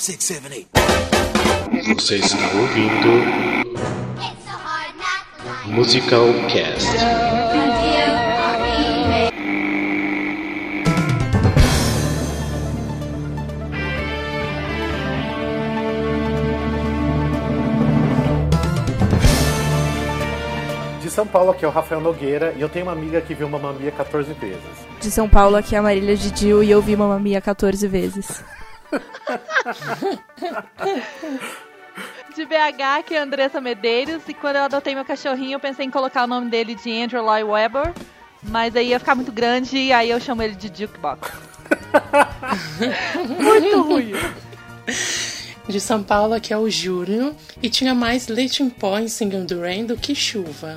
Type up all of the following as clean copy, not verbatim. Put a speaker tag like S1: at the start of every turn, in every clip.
S1: 6, 7, 8.
S2: Você está ouvindo Musical Cast.
S3: De São Paulo, aqui é o Rafael Nogueira e eu tenho uma amiga que viu Mamma Mia 14 vezes.
S4: De São Paulo, aqui é a Marília Didil e eu vi Mamma Mia 14 vezes.
S5: De BH, que é a Andressa Medeiros, e quando eu adotei meu cachorrinho, eu pensei em colocar o nome dele de Andrew Lloyd Webber, mas aí ia ficar muito grande, e aí eu chamo ele de Jukebox. Muito ruim.
S6: De São Paulo, aqui é o Júlio, e tinha mais leite em pó em Singing do Rain do que chuva.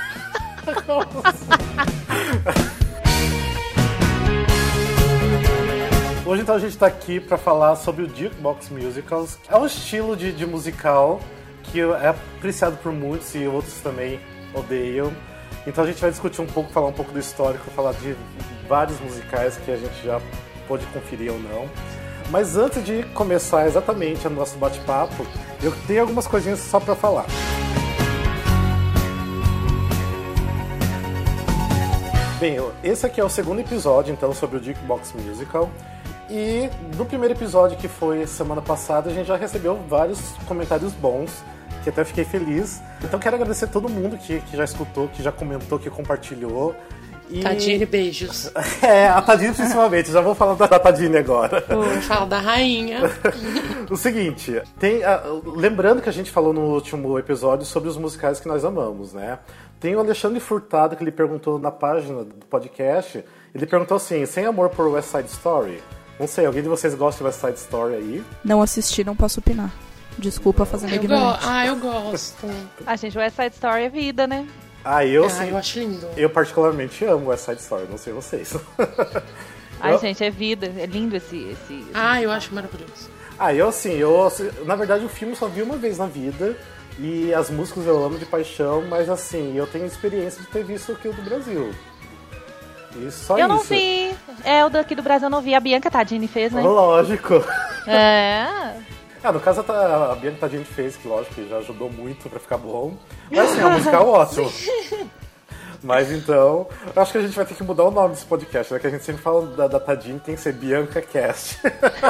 S3: Hoje então a gente tá aqui pra falar sobre o Jukebox Musicals. É um estilo de musical que é apreciado por muitos e outros também odeiam. Então a gente vai discutir um pouco, falar um pouco do histórico, falar de vários musicais que a gente já pôde conferir ou não. Mas antes de começar exatamente o nosso bate-papo, eu tenho algumas coisinhas só pra falar. Bem, esse aqui é o segundo episódio, então, sobre o Jukebox Musical. E no primeiro episódio, que foi semana passada, a gente já recebeu vários comentários bons, que até fiquei feliz. Então quero agradecer a todo mundo que já escutou, que já comentou, que compartilhou. E...
S6: Tadine, beijos.
S3: A Tadine principalmente, já vou falar da Tadine agora.
S6: Vou falar da rainha.
S3: O seguinte, lembrando que a gente falou no último episódio sobre os musicais que nós amamos, né? Tem o Alexandre Furtado, que ele perguntou na página do podcast, ele perguntou assim, sem amor por West Side Story? Não sei, alguém de vocês gosta de West Side Story aí?
S4: Não assisti, não posso opinar. Desculpa fazendo ignorante.
S6: Eu gosto.
S5: Gente, West Side Story é vida, né?
S3: Eu
S6: acho lindo.
S3: Eu particularmente amo West Side Story, não sei vocês.
S5: Gente, é vida, é lindo esse...
S6: eu acho maravilhoso.
S3: Na verdade o filme só vi uma vez na vida e as músicas eu amo de paixão, mas assim, eu tenho experiência de ter visto aqui o do Brasil. E só
S5: eu
S3: isso.
S5: Não vi. O daqui do Brasil eu não vi. A Bianca Tadini fez, né?
S3: Lógico. No caso a Bianca Tadini fez, que lógico que já ajudou muito pra ficar bom. Mas assim, é um musical ótimo. Mas então, eu acho que a gente vai ter que mudar o nome desse podcast, né? Que a gente sempre fala da Tadini, tem que ser Bianca Cast.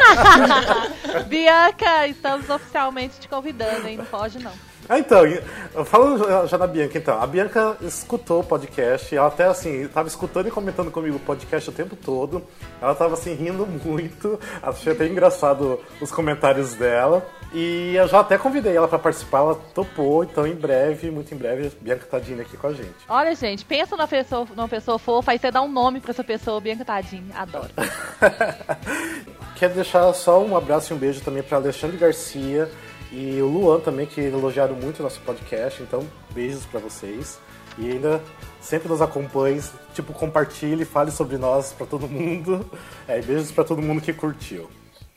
S5: Bianca, estamos oficialmente te convidando, hein? Não pode não.
S3: Então, falando já da Bianca, então, a Bianca escutou o podcast, ela até assim, tava escutando e comentando comigo o podcast o tempo todo, ela tava assim, rindo muito, achei até engraçado os comentários dela, e eu já até convidei ela pra participar, ela topou, então em breve, muito em breve, a Bianca Tadini aqui com a gente.
S5: Olha, gente, pensa numa pessoa fofa, aí você dá um nome pra essa pessoa, Bianca Tadini, adoro.
S3: Quero deixar só um abraço e um beijo também pra Alexandre Garcia, e o Luan também, que elogiaram muito o nosso podcast, então beijos pra vocês. E ainda sempre nos acompanhe, compartilhe, fale sobre nós pra todo mundo. E beijos pra todo mundo que curtiu.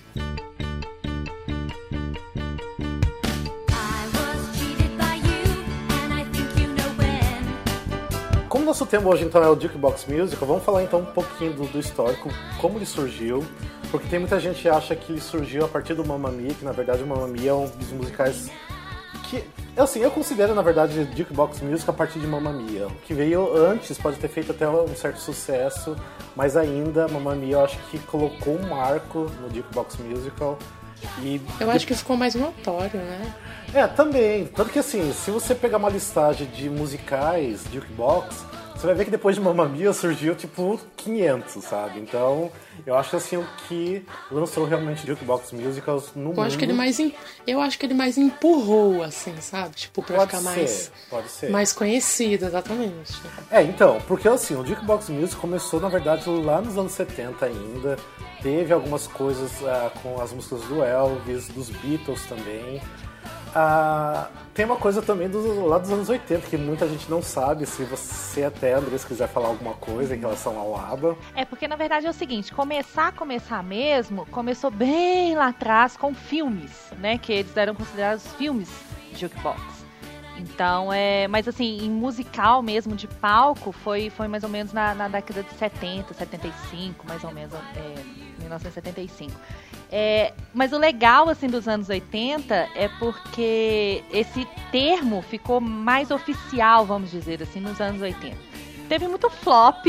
S3: Como nosso tema hoje então é o Jukebox Musical, vamos falar então um pouquinho do histórico, como ele surgiu, porque tem muita gente que acha que ele surgiu a partir do Mamma Mia, que na verdade o Mamma Mia é um dos musicais que, assim, eu considero na verdade Jukebox Musical a partir de Mamma Mia. O que veio antes pode ter feito até um certo sucesso, mas ainda Mamma Mia eu acho que colocou um marco no Jukebox Musical.
S6: Eu acho que ficou mais notório, né?
S3: Também. Tanto que assim, se você pegar uma listagem de musicais, Jukebox, você vai ver que depois de Mamma Mia surgiu 500, sabe? Então, eu acho que assim, o que lançou realmente Jukebox Musicals no mundo...
S6: Eu acho que ele mais empurrou, assim, sabe? Pra ficar
S3: pode ser.
S6: mais conhecido, exatamente.
S3: Então, porque assim, o Jukebox Music começou, na verdade, lá nos anos 70 ainda. Teve algumas coisas com as músicas do Elvis, dos Beatles também. Tem uma coisa também lá dos anos 80, que muita gente não sabe, se você até, André, se quiser falar alguma coisa em relação ao ABBA.
S5: Porque na verdade é o seguinte, começar mesmo, começou bem lá atrás com filmes, né, que eles eram considerados filmes de Jukebox. Então, mas assim, em musical mesmo, de palco, foi mais ou menos na década de 70, 75, mais ou menos, 1975. Mas o legal, assim, dos anos 80 é porque esse termo ficou mais oficial, vamos dizer assim, nos anos 80. Teve muito flop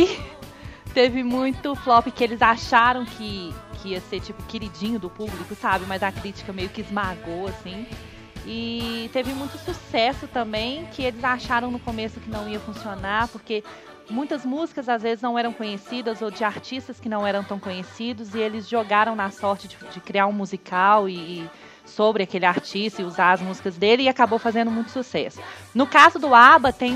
S5: que eles acharam que ia ser, tipo, queridinho do público, sabe? Mas a crítica meio que esmagou, assim. E teve muito sucesso também, que eles acharam no começo que não ia funcionar, porque muitas músicas às vezes não eram conhecidas ou de artistas que não eram tão conhecidos, e eles jogaram na sorte de criar um musical e sobre aquele artista e usar as músicas dele, e acabou fazendo muito sucesso. No caso do ABBA, tem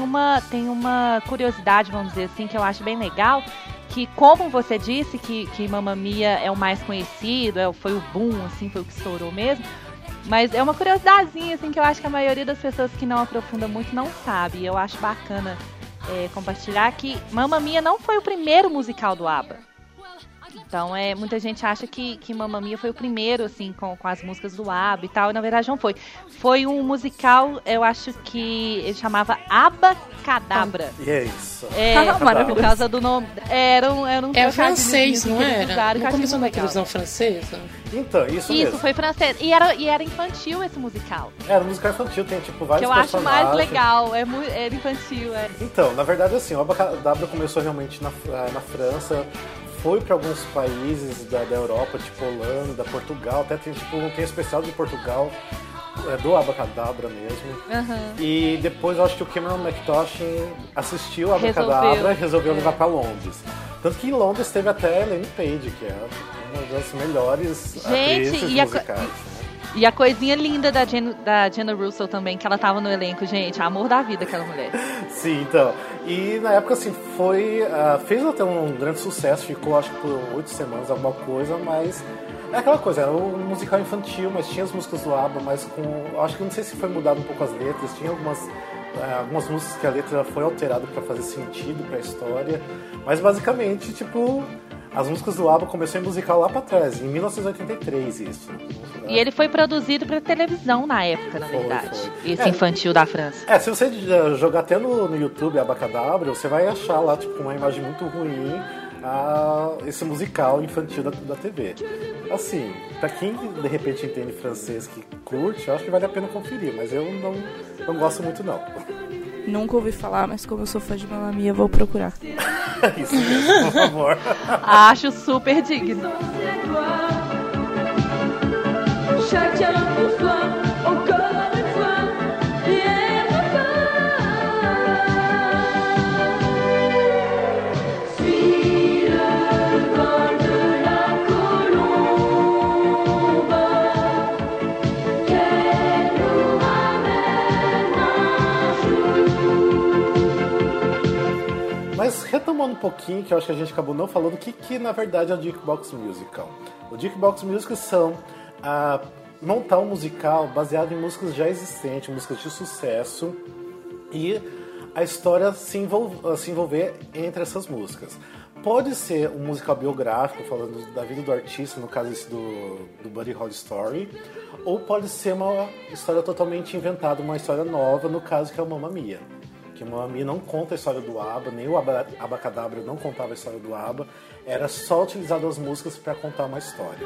S5: uma curiosidade, vamos dizer assim, que eu acho bem legal, que como você disse que Mamma Mia é o mais conhecido, foi o boom, assim, foi o que estourou mesmo, mas é uma curiosidadezinha, assim, que eu acho que a maioria das pessoas que não aprofunda muito não sabe, e eu acho bacana compartilhar que Mamma Mia não foi o primeiro musical do ABBA. Então, muita gente acha que Mamma Mia foi o primeiro, assim, com as músicas do ABBA e tal, e na verdade não foi. Foi um musical, eu acho que ele chamava Abacadabra.
S3: Isso.
S5: Por causa do nome. Era um
S6: francês, não era?
S5: Usaram,
S6: não começou na televisão francesa?
S3: Então, isso mesmo.
S5: Isso, foi francês. E era infantil esse musical.
S3: Era um musical infantil, tem, tipo, vários
S5: personagens.
S3: Que
S5: eu acho mais legal, era infantil.
S3: Então, na verdade, assim, o Abacadabra começou realmente na França, foi para alguns países da Europa, tipo Holanda, Portugal, até tem especial de Portugal, do Abacadabra mesmo.
S5: Uhum.
S3: E depois eu acho que o Cameron Mackintosh assistiu o Abacadabra e resolveu levar para Londres. Tanto que em Londres teve até Elaine Paige, que é uma das melhores atrizes musicais.
S5: E a coisinha linda da Jenna Russell também, que ela tava no elenco, gente. Amor da vida, aquela mulher.
S3: Sim, então. E na época, assim, fez até um grande sucesso. Ficou, acho que por 8 semanas, alguma coisa, mas... É aquela coisa, era um musical infantil, mas tinha as músicas do ABBA, mas com... Acho que não sei se foi mudado um pouco as letras. Tinha algumas músicas que a letra foi alterada pra fazer sentido pra história. Mas, basicamente, tipo... As músicas do ABBA começou em musical lá pra trás, em 1983, isso.
S5: E ele foi produzido pra televisão na época, na verdade. Foi. Esse infantil da França.
S3: Se você jogar até no YouTube Abacadabra, você vai achar lá, tipo, uma imagem muito ruim esse musical infantil da TV. Assim, pra quem de repente entende francês que curte, eu acho que vale a pena conferir, mas eu não gosto muito, não.
S4: Nunca ouvi falar, mas como eu sou fã de Mamma Mia, vou procurar.
S3: Isso mesmo, por favor.
S5: Acho super digno.
S3: Mas retomando um pouquinho, que eu acho que a gente acabou não falando, o que na verdade é o Jukebox Musical. O Jukebox Musical são montar um musical baseado em músicas já existentes, músicas de sucesso, e a história se envolver entre essas músicas. Pode ser um musical biográfico, falando da vida do artista, no caso esse do Buddy Holly Story, ou pode ser uma história totalmente inventada, uma história nova, no caso que é o Mamma Mia. Que o Mamma Mia não conta a história do ABBA, nem o Abacadabra não contava a história do ABBA, era só utilizar as músicas para contar uma história.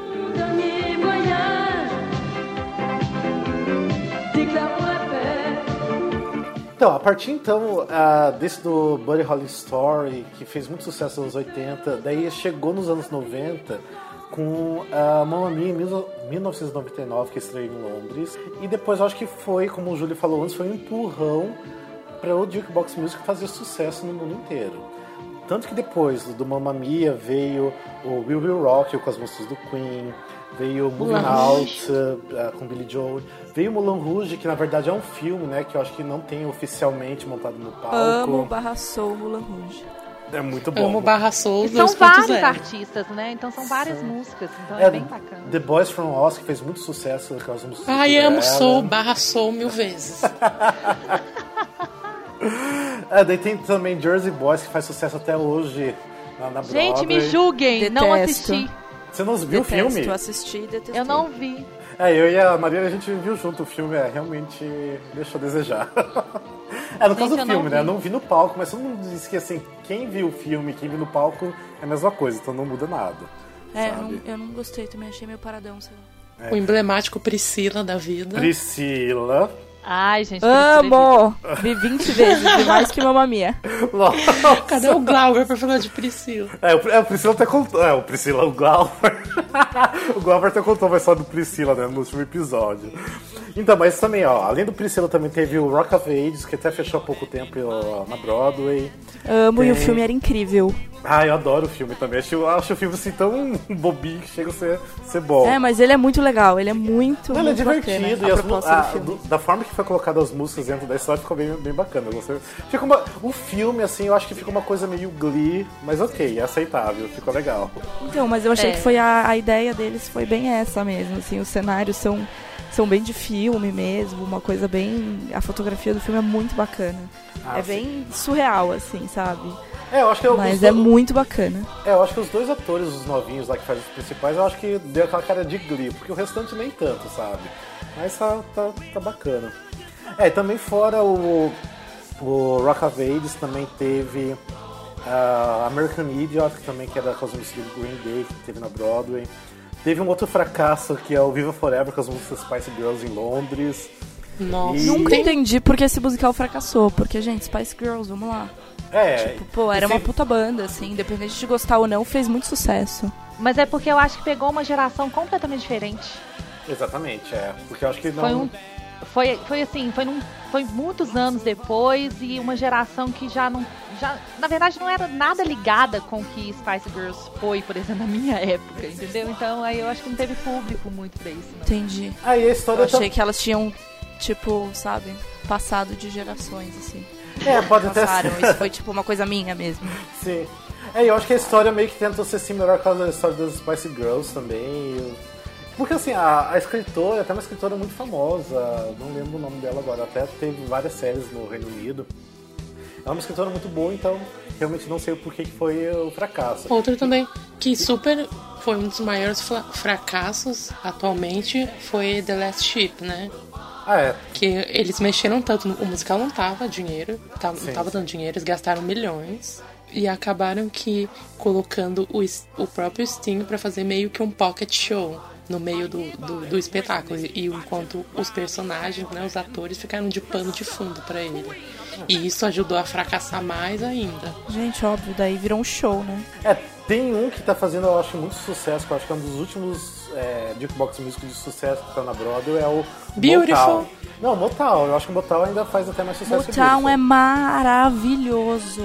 S3: Então, a partir desse do Buddy Holly Story, que fez muito sucesso nos anos 80, daí chegou nos anos 90 com a Mamma Mia em 1999, que estreou em Londres, e depois eu acho que foi, como o Júlio falou antes, foi um empurrão para o Jukebox Music fazer sucesso no mundo inteiro. Tanto que depois do Mamma Mia veio o We Will Rock You com as músicas do Queen, veio o Moving Out com Billy Joel, veio o Moulin Rouge, que na verdade é um filme, né, que eu acho que não tem oficialmente montado no palco.
S4: Amo /Soul Moulin Rouge.
S3: É muito bom.
S6: Amo /Soul 2.0.
S5: São vários artistas, né? Então são várias músicas, então é bem bacana.
S3: The Boys from Oz, que fez muito sucesso com as músicas.
S6: Ai, amo Soul /Soul 1000 vezes.
S3: Daí tem também Jersey Boys, que faz sucesso até hoje na Broadway.
S5: Gente, me julguem,
S4: Detesto.
S5: não assisti.
S3: Você não viu o filme?
S4: Eu assisti e detestei.
S5: Eu não vi.
S3: Eu e a Maria, a gente viu junto o filme, realmente deixou a desejar. No caso do filme, né? Eu não vi no palco, mas todo mundo disse que assim, quem viu o filme, quem viu no palco é a mesma coisa, então não muda nada. sabe?
S4: Eu não gostei também, achei meio paradão, sei lá.
S6: O emblemático Priscila da vida.
S3: Priscila.
S5: Ai, gente.
S4: Amo! Vi 20 vezes, vi mais que Mamma Mia.
S3: Nossa.
S6: Cadê o Glauber pra falar de Priscila?
S3: O Priscila até contou. O Glauber. O Glauber até contou a história do Priscila, né, no último episódio. Então, mas também, além do Priscila, também teve o Rock of Ages, que até fechou há pouco tempo na Broadway.
S4: Amo, e o filme era incrível.
S3: Eu adoro o filme também. Acho o filme assim tão bobinho que chega a ser bom.
S4: Mas ele é muito legal, ele é muito
S3: Ele é divertido,
S4: bacana,
S3: e da forma que foi colocada as músicas dentro da história ficou bem, bem bacana. O filme, assim, eu acho que fica uma coisa meio Glee, mas ok, é aceitável, ficou legal.
S4: Então, mas eu achei que foi a ideia deles foi bem essa mesmo, assim, os cenários são bem de filme mesmo, uma coisa bem... A fotografia do filme é muito bacana. Bem surreal, assim, sabe?
S3: Eu acho que
S4: mas é muito bacana.
S3: Eu acho que os dois atores, os novinhos lá que fazem os principais, eu acho que deu aquela cara de Glee, porque o restante nem tanto, sabe? Mas tá bacana. E também fora o Rock of Ages, também teve American Idiot, também, que era com as músicas do Green Day, que teve na Broadway. Teve um outro fracasso, que é o Viva Forever, com as músicas Spice Girls em Londres.
S6: Nossa.
S4: Nunca entendi porque esse musical fracassou, porque, gente, Spice Girls, vamos lá. Era uma puta banda, assim, independente de gostar ou não, fez muito sucesso.
S5: Mas é porque eu acho que pegou uma geração completamente diferente.
S3: Exatamente, porque eu acho que não...
S5: Foi muitos anos depois e uma geração que na verdade não era nada ligada com o que Spice Girls foi, por exemplo, na minha época, entendeu? Então aí eu acho que não teve público muito pra isso.
S4: Entendi.
S3: Aí a história
S4: eu achei que elas tinham, tipo, sabe, passado de gerações, assim.
S3: Pode até ser.
S4: Isso foi tipo uma coisa minha mesmo.
S3: Sim. Eu acho que a história meio que tentou ser similar com a história das Spice Girls também. Porque assim, a escritora, até uma escritora muito famosa, não lembro o nome dela agora, até teve várias séries no Reino Unido. É uma escritora muito boa, então realmente não sei o porquê que foi o fracasso.
S6: Outro também, que super foi um dos maiores fracassos atualmente, foi The Last Ship, né? Que eles mexeram tanto, o musical não tava não tava dando dinheiro, eles gastaram milhões e acabaram que colocando o próprio Sting pra fazer meio que um pocket show no meio do espetáculo, e enquanto os personagens, né, os atores ficaram de pano de fundo pra ele. E isso ajudou a fracassar mais ainda.
S4: Gente, óbvio, daí virou um show, né?
S3: Tem um que tá fazendo, eu acho, muito sucesso, que eu acho que é um dos últimos jukebox músicos de sucesso que tá na Broadway, é o
S6: Beautiful.
S3: Motown. Não, Motown. Eu acho que o Motown ainda faz até mais sucesso.
S4: Motown é maravilhoso.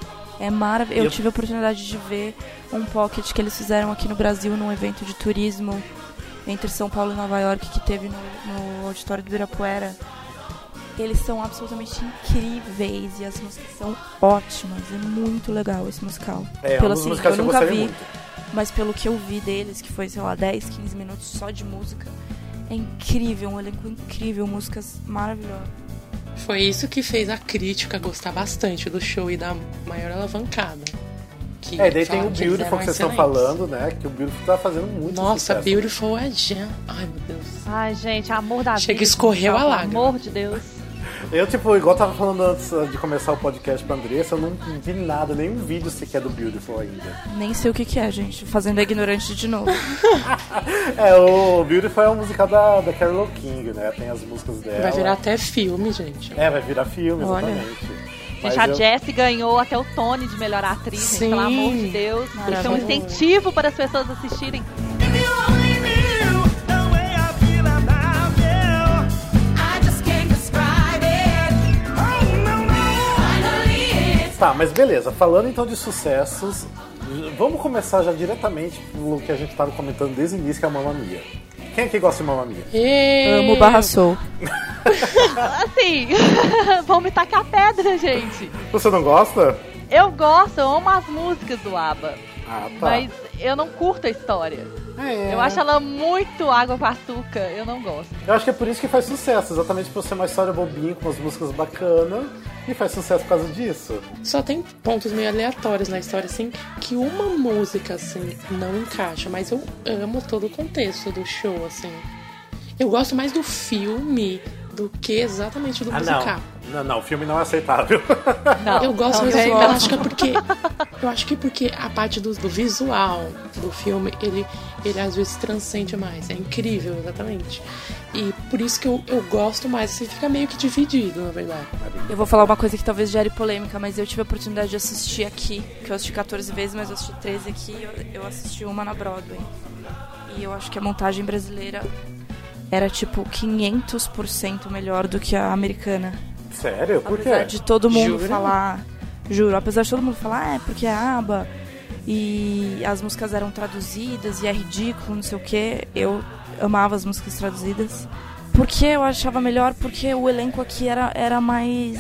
S4: Eu tive a oportunidade de ver um pocket que eles fizeram aqui no Brasil num evento de turismo entre São Paulo e Nova York que teve no auditório do Ibirapuera. Eles são absolutamente incríveis e as músicas são ótimas. É muito legal esse musical. Eu nunca vi, muito. Mas pelo que eu vi deles, que foi, sei lá, 10, 15 minutos só de música, é incrível, um elenco incrível, músicas maravilhosas.
S6: Foi isso que fez a crítica gostar bastante do show e dar maior alavancada.
S3: Daí tem o Beautiful que vocês estão falando, né? Que o Beautiful tá fazendo muito
S6: sucesso. Nossa, Beautiful é gem. Ai, meu Deus.
S5: Ai, gente, amor da vida.
S6: Chega, escorreu a lágrima.
S5: Pelo amor de Deus.
S3: Eu, igual eu tava falando antes de começar o podcast pra Andressa, eu não vi nada, nenhum vídeo sequer do Beautiful ainda.
S4: Nem sei o que é, gente. Fazendo a ignorante de novo.
S3: O Beautiful é um musical da Carole King, né? Tem as músicas dela.
S6: Vai virar até filme, gente.
S3: Vai virar filme, exatamente.
S5: Gente, a Jessie ganhou até o Tony de melhor atriz, gente, pelo amor de Deus. Isso é um incentivo para as pessoas assistirem.
S3: Tá, mas beleza. Falando então de sucessos, vamos começar já diretamente pelo que a gente estava comentando desde o início, que é a Mamma Mia. Quem é que gosta de Mamma Mia?
S4: Amo Barra Soul.
S5: Assim, vão me tacar pedra, gente.
S3: Você não gosta?
S5: Eu gosto, eu amo as músicas do ABBA.
S3: Tá.
S5: Mas eu não curto a história. Eu acho ela muito água com açúcar, eu não gosto.
S3: Eu acho que é por isso que faz sucesso, exatamente por ser uma história bobinha, com umas músicas bacanas, e faz sucesso por causa disso.
S6: Só tem pontos meio aleatórios na história, assim, que uma música, assim, não encaixa, mas eu amo todo o contexto do show, assim. Eu gosto mais do filme do que exatamente do musical.
S3: Não, o filme não é aceitável.
S6: Não, eu gosto, mas eu acho que é porque a parte do visual do filme, ele às vezes transcende mais. É incrível, exatamente. E por isso que eu gosto mais. Você fica meio que dividido, na verdade.
S4: Eu vou falar uma coisa que talvez gere polêmica, mas eu tive a oportunidade de assistir aqui, que eu assisti 14 vezes, mas eu assisti 13 aqui e eu assisti uma na Broadway. E eu acho que a montagem brasileira era tipo 500% melhor do que a americana.
S3: Sério? Por quê?
S4: Apesar de todo mundo falar... Juro, apesar de todo mundo falar, porque é ABBA e as músicas eram traduzidas e é ridículo, não sei o quê. Eu amava as músicas traduzidas. Porque eu achava melhor, porque o elenco aqui era mais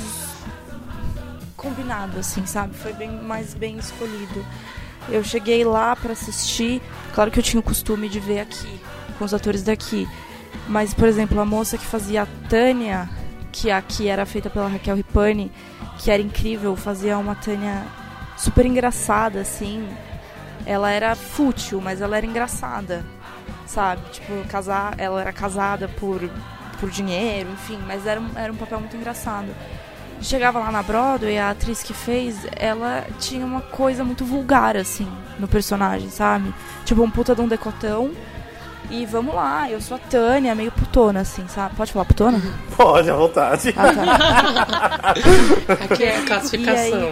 S4: combinado, assim, sabe? Foi mais bem escolhido. Eu cheguei lá pra assistir, claro que eu tinha o costume de ver aqui, com os atores daqui. Mas, por exemplo, a moça que fazia a Tânia, que aqui era feita pela Raquel Ripani, que era incrível, fazia uma Tânia super engraçada, assim. Ela era fútil, mas ela era engraçada, sabe? Tipo, ela era casada por dinheiro, enfim, mas era um papel muito engraçado. Chegava lá na Broadway, a atriz que fez, ela tinha uma coisa muito vulgar, assim, no personagem, sabe? Tipo, um puta de um decotão. E vamos lá, eu sou a Tânia, meio putona, assim, sabe? Pode falar putona?
S3: Pode, à vontade.
S4: Ah,
S6: tá. Aqui é a classificação.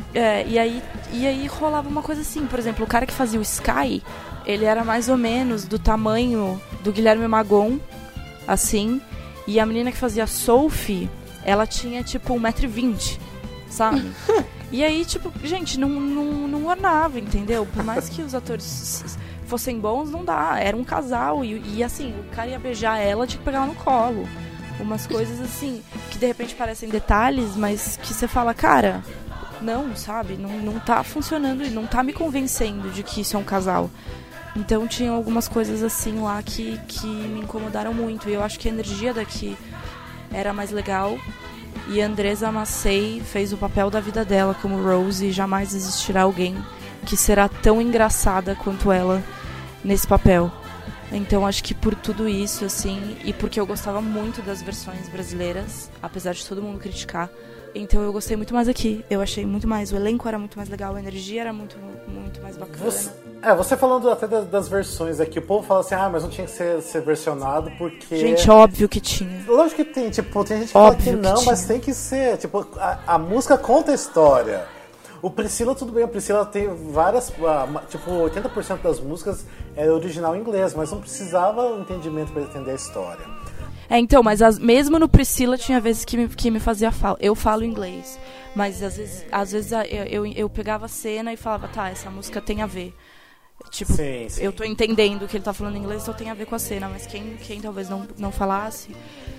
S4: E aí rolava uma coisa assim, por exemplo, o cara que fazia o Sky, ele era mais ou menos do tamanho do Guilherme Magon, assim, e a menina que fazia a Sophie, ela tinha tipo 1,20 m, sabe? E aí, tipo, gente, não ornava, entendeu? Por mais que os atores fossem bons, não dá. Era um casal e assim, o cara ia beijar ela, tinha que pegar ela no colo. Umas coisas assim, que de repente parecem detalhes, mas que você fala, cara, não, sabe? Não tá funcionando e não tá me convencendo de que isso é um casal. Então tinha algumas coisas assim lá que me incomodaram muito. E eu acho que a energia daqui era mais legal. E a Andresa Massey fez o papel da vida dela como Rose, e jamais existirá alguém que será tão engraçada quanto ela nesse papel. Então acho que por tudo isso, assim, e porque eu gostava muito das versões brasileiras, apesar de todo mundo criticar, então eu gostei muito mais aqui. Eu achei muito mais, o elenco era muito mais legal, a energia era muito, muito mais bacana.
S3: Você falando até das versões aqui, o povo fala assim, mas não tinha que ser versionado porque...
S4: Gente, óbvio que tinha.
S3: Lógico que tem, tipo, tem gente que fala que não, mas tem que ser, tipo, a música conta a história. O Priscila, tudo bem, a Priscila tem várias, tipo, 80% das músicas é original em inglês, mas não precisava um entendimento para entender a história.
S4: Então, mas mesmo no Priscila tinha vezes que me fazia falta. Eu falo inglês, mas às vezes eu pegava a cena e falava, tá, essa música tem a ver. Tipo, sim. Eu tô entendendo que ele tá falando inglês, então tem a ver com a cena, mas quem talvez não falasse...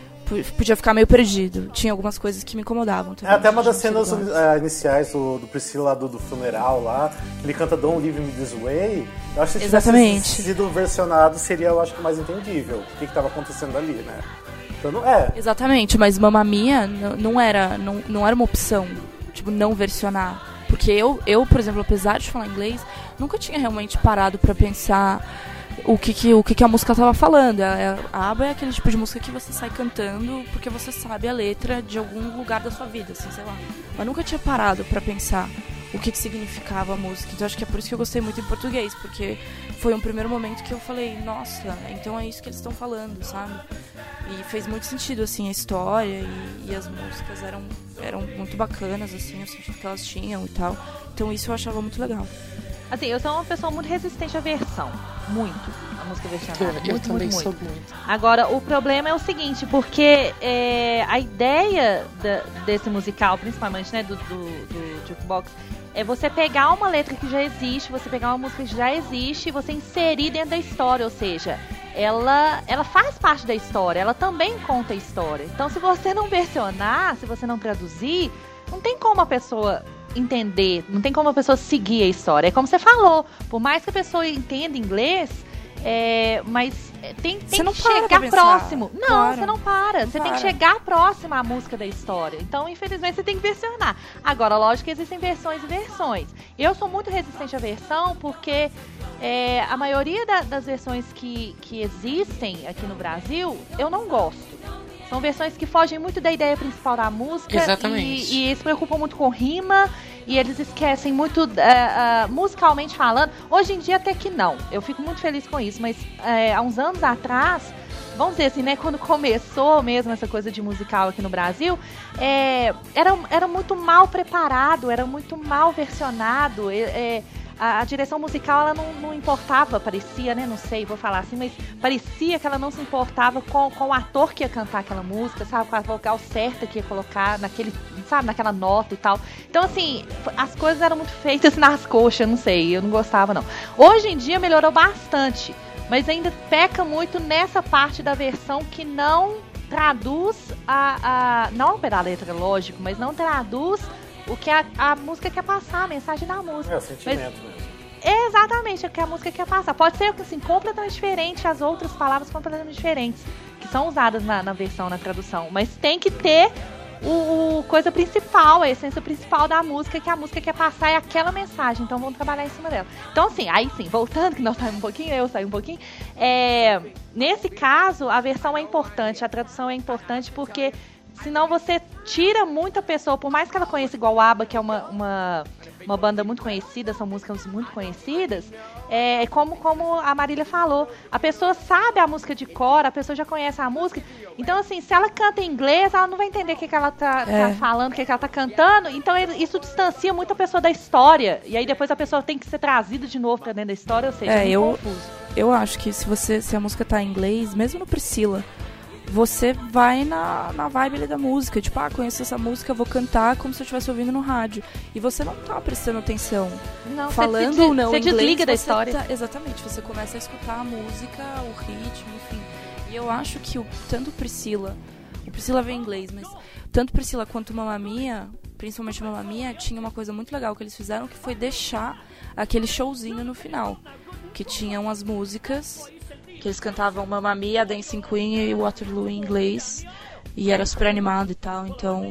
S4: podia ficar meio perdido. Tinha algumas coisas que me incomodavam também.
S3: Até uma das cenas iniciais do Priscila do funeral lá, que ele canta Don't Leave Me This Way. Eu acho que se tivesse sido versionado, seria, eu acho, mais entendível o que estava acontecendo ali, né? Então, não é.
S4: Exatamente, mas Mamma Mia não era uma opção, tipo, não versionar. Porque eu, por exemplo, apesar de falar inglês, nunca tinha realmente parado pra pensar... O que a música tava falando. A ABBA é aquele tipo de música que você sai cantando porque você sabe a letra de algum lugar da sua vida, assim, sei lá. Mas nunca tinha parado pra pensar o que significava a música. Então acho que é por isso que eu gostei muito em português, porque foi um primeiro momento que eu falei, nossa, então é isso que eles estão falando, sabe? E fez muito sentido, assim, a história e as músicas eram muito bacanas, assim, o sentido que elas tinham e tal. Então isso eu achava muito legal.
S5: Assim, eu sou uma pessoa muito resistente à versão. Muito. A música versionada.
S6: Eu também sou muito.
S5: Agora, o problema é o seguinte, porque a ideia desse musical, principalmente, né, do Jukebox, é você pegar uma letra que já existe, você pegar uma música que já existe e você inserir dentro da história, ou seja, ela faz parte da história, ela também conta a história. Então, se você não versionar, se você não traduzir, não tem como a pessoa entender, não tem como a pessoa seguir a história. É como você falou, por mais que a pessoa entenda inglês, mas tem que chegar próximo. Não, claro. Você não para. Você tem que chegar próximo à música da história. Então, infelizmente, você tem que versionar. Agora, lógico que existem versões e versões. Eu sou muito resistente à versão porque a maioria das versões que existem aqui no Brasil, eu não gosto. São versões que fogem muito da ideia principal da música.
S6: Exatamente.
S5: E eles se preocupam muito com rima. E eles esquecem muito, musicalmente falando. Hoje em dia até que não. Eu fico muito feliz com isso. Mas há uns anos atrás, vamos dizer assim, né? Quando começou mesmo essa coisa de musical aqui no Brasil, era muito mal preparado, era muito mal versionado. A direção musical, ela não importava, parecia, né? Não sei, vou falar assim, mas parecia que ela não se importava com o ator que ia cantar aquela música, sabe? Com a vocal certa que ia colocar naquela nota e tal. Então, assim, as coisas eram muito feitas nas coxas, não sei, eu não gostava, não. Hoje em dia melhorou bastante, mas ainda peca muito nessa parte da versão que não traduz não ao pé da letra, lógico, mas não traduz o que a música quer passar, a mensagem da música.
S3: É o sentimento mesmo.
S5: Exatamente, o que a música quer passar. Pode ser assim, completamente diferente, as outras palavras completamente diferentes, que são usadas na versão, na tradução. Mas tem que ter coisa principal, a essência principal da música, que a música quer passar é aquela mensagem. Então vamos trabalhar em cima dela. Então, assim, aí sim, voltando, que nós saímos um pouquinho, eu saí um pouquinho. Nesse caso, a versão é importante, a tradução é importante, porque senão você tira muita pessoa, por mais que ela conheça igual o ABBA, que é uma banda muito conhecida, são músicas muito conhecidas, como a Marília falou, a pessoa sabe a música de cor, a pessoa já conhece a música, então assim, se ela canta em inglês, ela não vai entender o que ela tá falando, o que ela tá cantando, então isso distancia muito a pessoa da história, e aí depois a pessoa tem que ser trazida de novo pra dentro da história, ou seja, é muito confuso.
S4: Eu acho que se a música tá em inglês, mesmo no Priscila, você vai na vibe ali da música. Tipo, conheço essa música, vou cantar como se eu estivesse ouvindo no rádio. E você não tá prestando atenção.
S5: Não,
S4: falando ou não
S5: você
S4: inglês,
S5: desliga da história.
S4: Exatamente, você começa a escutar a música, o ritmo, enfim. E eu acho que tanto o Priscila vem em inglês, mas tanto Priscila quanto Mamma Mia, principalmente Mamma Mia, tinha uma coisa muito legal que eles fizeram, que foi deixar aquele showzinho no final. Que tinham as músicas, que eles cantavam Mamma Mia, Dancing Queen e Waterloo em inglês. E era super animado e tal, então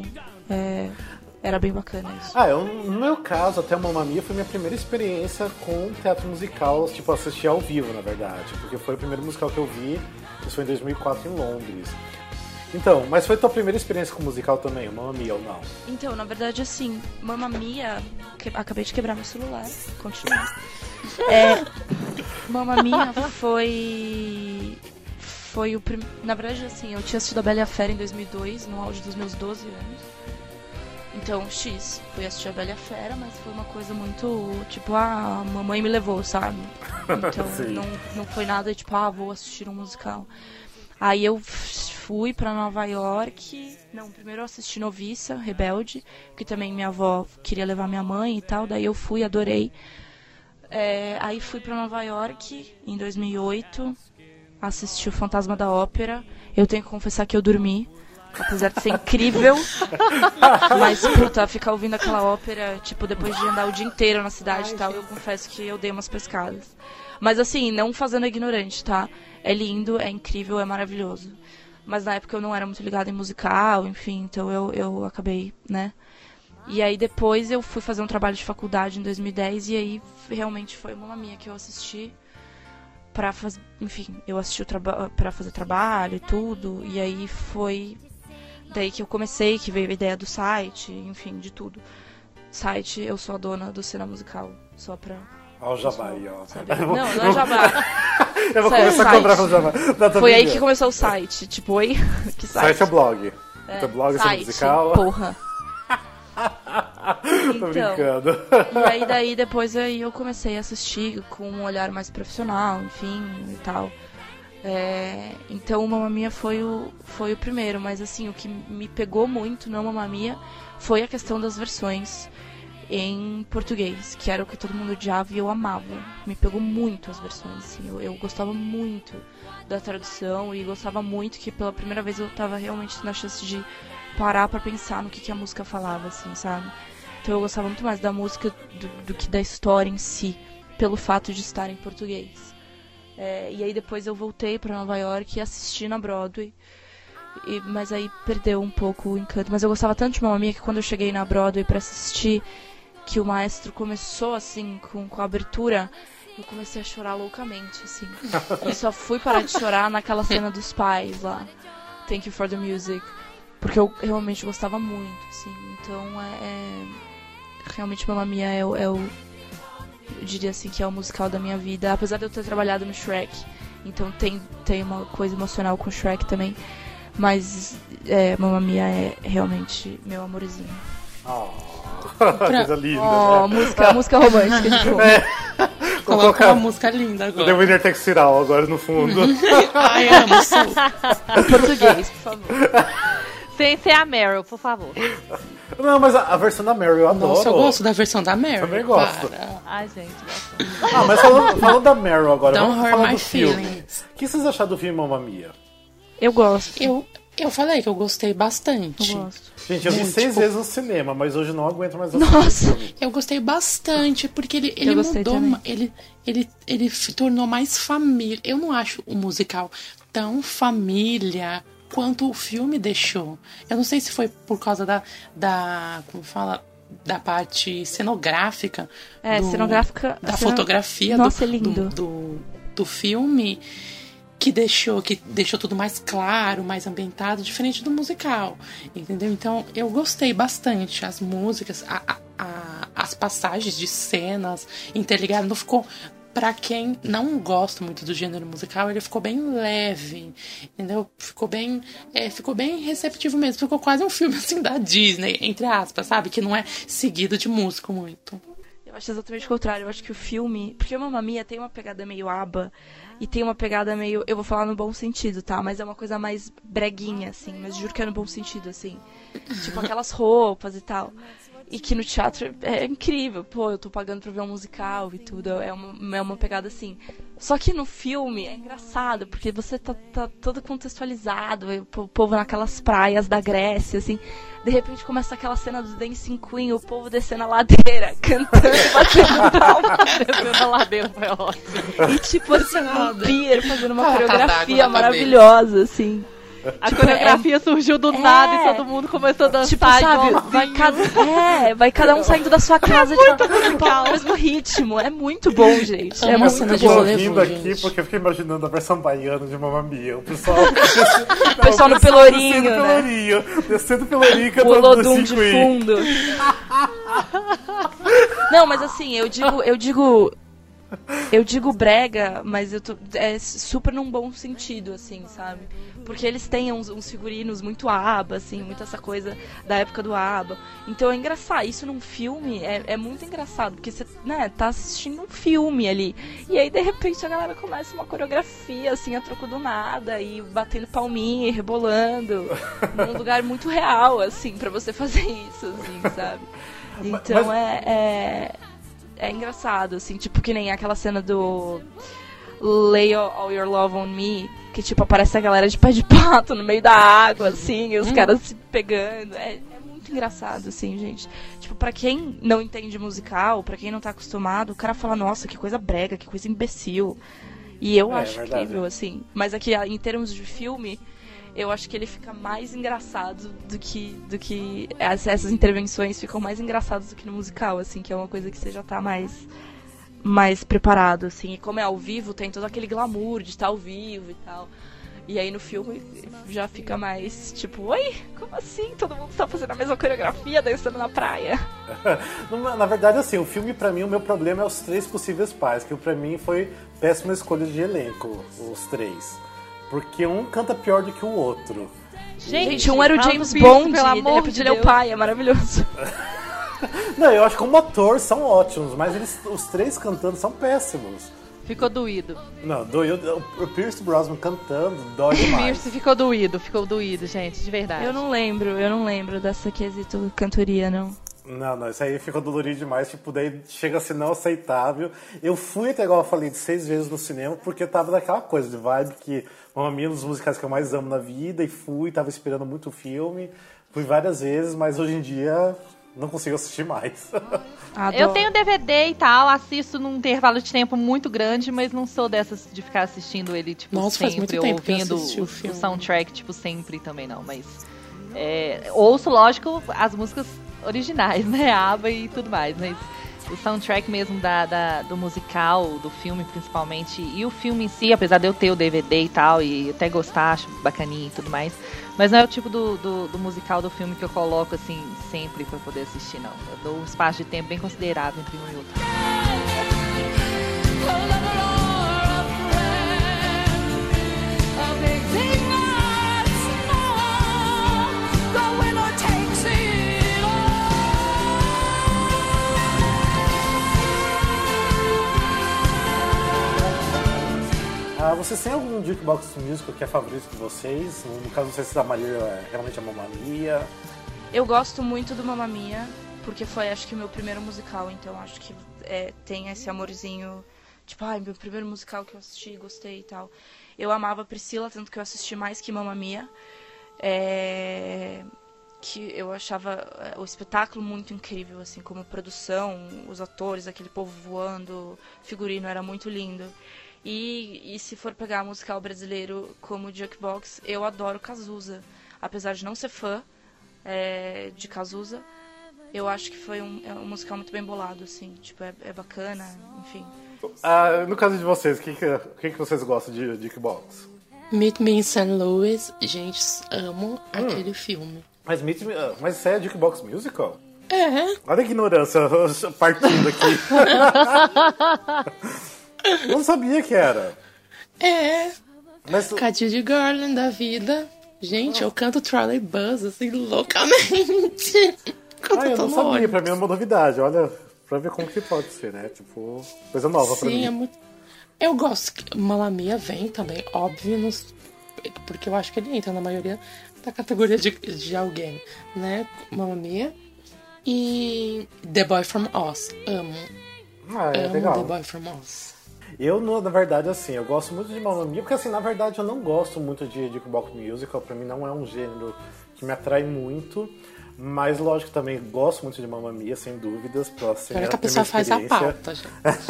S4: era bem bacana isso.
S3: No meu caso, até Mamma Mia foi minha primeira experiência com teatro musical, tipo, assistir ao vivo, na verdade. Porque foi o primeiro musical que eu vi, isso foi em 2004 em Londres. Então, mas foi tua primeira experiência com musical também, Mamma Mia ou não?
S4: Então, na verdade, assim, Mamma Mia... Acabei de quebrar meu celular, continua. Mamma Mia foi o primeiro... Na verdade, assim, eu tinha assistido a Bela e a Fera em 2002, no auge dos meus 12 anos. Então, fui assistir a Bela e a Fera, mas foi uma coisa muito, tipo, a mamãe me levou, sabe? Então, não foi nada, tipo, vou assistir um musical. Aí eu fui pra Nova York. Não, primeiro eu assisti Noviça, Rebelde, que também minha avó queria levar minha mãe e tal. Daí eu fui, adorei. Aí fui pra Nova York em 2008, assisti o Fantasma da Ópera. Eu tenho que confessar que eu dormi, apesar de ser incrível. Mas, ficar ouvindo aquela ópera, tipo, depois de andar o dia inteiro na cidade e tal, eu confesso que eu dei umas pescadas. Mas assim, não fazendo ignorante, tá? É lindo, é incrível, é maravilhoso. Mas na época eu não era muito ligada em musical, enfim, então eu acabei, né? E aí depois eu fui fazer um trabalho de faculdade em 2010 e aí realmente foi Mamma Mia que eu assisti pra fazer, enfim, eu assisti pra fazer trabalho e tudo, e aí foi daí que eu comecei, que veio a ideia do site, enfim, de tudo. Site, eu sou a dona do Cena Musical, só pra...
S3: Olha o jabá aí, ó.
S4: Não é jabá.
S3: Eu vou começar a comprar com o jabá.
S4: Foi aí que começou o site. Tipo, oi? Que site?
S3: Site é blog. Então, blog, Cena Musical.
S4: Porra.
S3: Tô brincando.
S4: E aí daí depois eu comecei a assistir com um olhar mais profissional, enfim, e tal. Então o Mamma Mia foi o primeiro, mas assim, o que me pegou muito no Mamma Mia foi a questão das versões em português, que era o que todo mundo odiava e eu amava. Me pegou muito as versões, assim. Eu gostava muito da tradução e gostava muito que pela primeira vez eu tava realmente na chance de parar pra pensar no que a música falava, assim, sabe? Então eu gostava muito mais da música do que da história em si, pelo fato de estar em português. E aí depois eu voltei pra Nova York e assisti na Broadway. Mas aí perdeu um pouco o encanto. Mas eu gostava tanto de Mamma Mia que quando eu cheguei na Broadway pra assistir, que o maestro começou assim com a abertura, eu comecei a chorar loucamente, assim. E só fui parar de chorar naquela cena dos pais lá. Thank You for the Music, porque eu realmente gostava muito, assim. Então, realmente Mamma Mia eu diria assim que é o musical da minha vida, apesar de eu ter trabalhado no Shrek, então tem uma coisa emocional com o Shrek também, mas Mamma Mia é realmente meu amorzinho.
S3: Coisa linda, né?
S4: música romântica de fundo.
S6: Colocar uma música linda agora.
S3: The Winner Takes It All agora no fundo.
S6: Ai, amo isso.
S4: Português, por favor.
S5: Sem ser a Meryl, por favor.
S3: Não, mas a versão da Meryl eu adoro.
S6: Nossa, eu gosto da versão da Meryl.
S3: Também gosto.
S5: Ai, gente,
S3: mas falando da Meryl agora,
S6: Don't
S3: vamos falar
S6: my
S3: do filme.
S6: feelings.
S3: O que vocês acharam do filme Mamma Mia?
S4: Eu gosto.
S6: Eu falei que eu gostei bastante.
S4: Eu gosto.
S3: Gente, eu vi 6 vezes no cinema, mas hoje não aguento mais
S4: Nossa!
S6: Eu gostei bastante, porque ele mudou, ele se tornou mais família. Eu não acho o musical tão família quanto o filme deixou. Eu não sei se foi por causa da como fala, da parte cenográfica.
S4: Cenográfica.
S6: Da fotografia.
S4: Nossa, é lindo.
S6: Do filme. Que deixou tudo mais claro, mais ambientado, diferente do musical, entendeu? Então, eu gostei bastante. As músicas, as passagens de cenas interligadas, não ficou... Pra quem não gosta muito do gênero musical, ele ficou bem leve, entendeu? Ficou bem receptivo mesmo. Ficou quase um filme, assim, da Disney, entre aspas, sabe? Que não é seguido de música muito.
S4: Eu acho exatamente o contrário. Eu acho que o filme... Porque o Mamma Mia tem uma pegada meio ABBA, e tem uma pegada meio... Eu vou falar no bom sentido, tá? Mas é uma coisa mais breguinha, assim. Mas juro que é no bom sentido, assim. Tipo, aquelas roupas e tal. E que no teatro é incrível. Pô, eu tô pagando pra ver um musical e tudo. É uma pegada assim. Só que no filme é engraçado, porque você tá todo contextualizado. O povo naquelas praias da Grécia, assim. De repente começa aquela cena do Dancing Queen, o povo descendo a ladeira, cantando, batendo palma.
S5: Descendo a ladeira foi ótimo.
S4: E tipo assim, um beer fazendo uma coreografia maravilhosa, assim.
S5: A coreografia surgiu do nada e todo mundo começou a dançar.
S4: Tipo, sabe, vai cada um saindo da sua casa de mesmo ritmo. É muito bom, gente. É
S6: uma
S4: muito
S6: cena de
S3: Eu tô
S6: relevo,
S3: rindo aqui
S6: gente.
S3: porque eu fiquei imaginando a versão baiana de Mamma Mia. O pessoal
S4: no pelourinho, né?
S3: Descendo o pelourinho,
S4: O
S3: cantando
S4: Olodum
S3: Dancing
S4: de
S3: Queen.
S4: fundo. Não, mas assim, eu digo brega, mas é super num bom sentido, assim, sabe? Porque eles têm uns figurinos muito ABBA, assim, muito essa coisa da época do ABBA. Então é engraçado. Isso num filme é muito engraçado, porque você, né, tá assistindo um filme ali. E aí, de repente, a galera começa uma coreografia, assim, a troco do nada, e batendo palminha e rebolando. Num lugar muito real, assim, pra você fazer isso, assim, sabe? Então é engraçado, assim, tipo que nem aquela cena do Lay All Your Love On Me, que tipo aparece a galera de pé de pato no meio da água, assim, e os caras se pegando. É muito engraçado, assim, gente. Tipo, pra quem não entende musical, pra quem não tá acostumado, o cara fala, nossa, que coisa brega, que coisa imbecil. E eu acho incrível, assim. Mas aqui, em termos de filme, eu acho que ele fica mais engraçado do que essas intervenções ficam mais engraçadas do que no musical, assim, que é uma coisa que você já tá mais preparado, assim. E como é ao vivo, tem todo aquele glamour de estar ao vivo e tal. E aí no filme já fica mais tipo, oi, como assim? Todo mundo tá fazendo a mesma coreografia, dançando na praia.
S3: Na verdade, assim, o filme pra mim, o meu problema é os 3 possíveis pais, que pra mim foi péssima escolha de elenco, os 3. Porque um canta pior do que o outro.
S4: Gente, um era o James Bond, de repente ele é o pai, é maravilhoso.
S3: Não, eu acho que como ator são ótimos, mas os 3 cantando são péssimos.
S5: Ficou doído.
S3: Não, o Pierce Brosnan cantando dói demais.
S5: O Pierce ficou doído, gente, de verdade.
S4: Eu não lembro dessa quesito cantoria, não.
S3: Não, isso aí ficou dolorido demais, tipo, daí chega a ser não aceitável. Eu fui até, igual eu falei, de 6 vezes no cinema, porque eu tava naquela coisa de vibe que Mamma Mia é um dos musicais que eu mais amo na vida, e tava esperando muito o filme, fui várias vezes, mas hoje em dia não consigo assistir mais.
S5: Eu tenho DVD e tal, assisto num intervalo de tempo muito grande, mas não sou dessas de ficar assistindo ele, tipo,
S6: nossa,
S5: sempre,
S6: faz muito tempo
S5: ouvindo
S6: o
S5: soundtrack, tipo, sempre também não, mas ouço, lógico, as músicas originais, né, ABBA e tudo mais, mas o soundtrack mesmo do musical, do filme principalmente, e o filme em si, apesar de eu ter o DVD e tal, e até gostar, acho bacaninha e tudo mais, mas não é o tipo do musical do filme que eu coloco assim sempre pra poder assistir, não. Eu dou um espaço de tempo bem considerável entre um e outro.
S3: Vocês têm algum jukebox musical que é favorito de vocês? No caso, não sei se da Maria é realmente a Mamma Mia.
S4: Eu gosto muito do Mamma Mia, porque foi, acho que, o meu primeiro musical, então acho que tem esse amorzinho, tipo, meu primeiro musical que eu assisti, gostei e tal. Eu amava Priscila, tanto que eu assisti mais que Mamma Mia, que eu achava o espetáculo muito incrível, assim, como produção, os atores, aquele povo voando, figurino, era muito lindo. E se for pegar musical brasileiro como jukebox, eu adoro Cazuza. Apesar de não ser fã de Cazuza, eu acho que foi um musical muito bem bolado, assim. Tipo, é bacana, enfim.
S3: No caso de vocês, o que vocês gostam de jukebox?
S6: Meet Me in St. Louis. Gente, amo aquele filme.
S3: Mas isso é jukebox musical?
S6: É.
S3: Olha a ignorância partindo aqui. Não sabia que era. Mas...
S6: Cadinho de Garland da vida. Gente, eu canto Trolley Buzz, assim, loucamente.
S3: Eu não sabia, pra mim é uma novidade. Olha, pra ver como que pode ser, né? Tipo, coisa nova pra mim.
S6: Sim, é muito... Eu gosto. Mamma Mia vem também, óbvio, porque eu acho que ele entra na maioria da categoria de alguém, né? Mamma Mia. E The Boy From Oz. Amo. Amo
S3: legal.
S6: The Boy From Oz.
S3: Eu, na verdade, assim, eu gosto muito de Mamma Mia, porque, assim, na verdade, eu não gosto muito de jukebox musical, pra mim não é um gênero que me atrai muito, mas, lógico, também gosto muito de Mamma Mia, sem dúvidas, pra ser
S6: a que a pessoa faz a pauta, gente.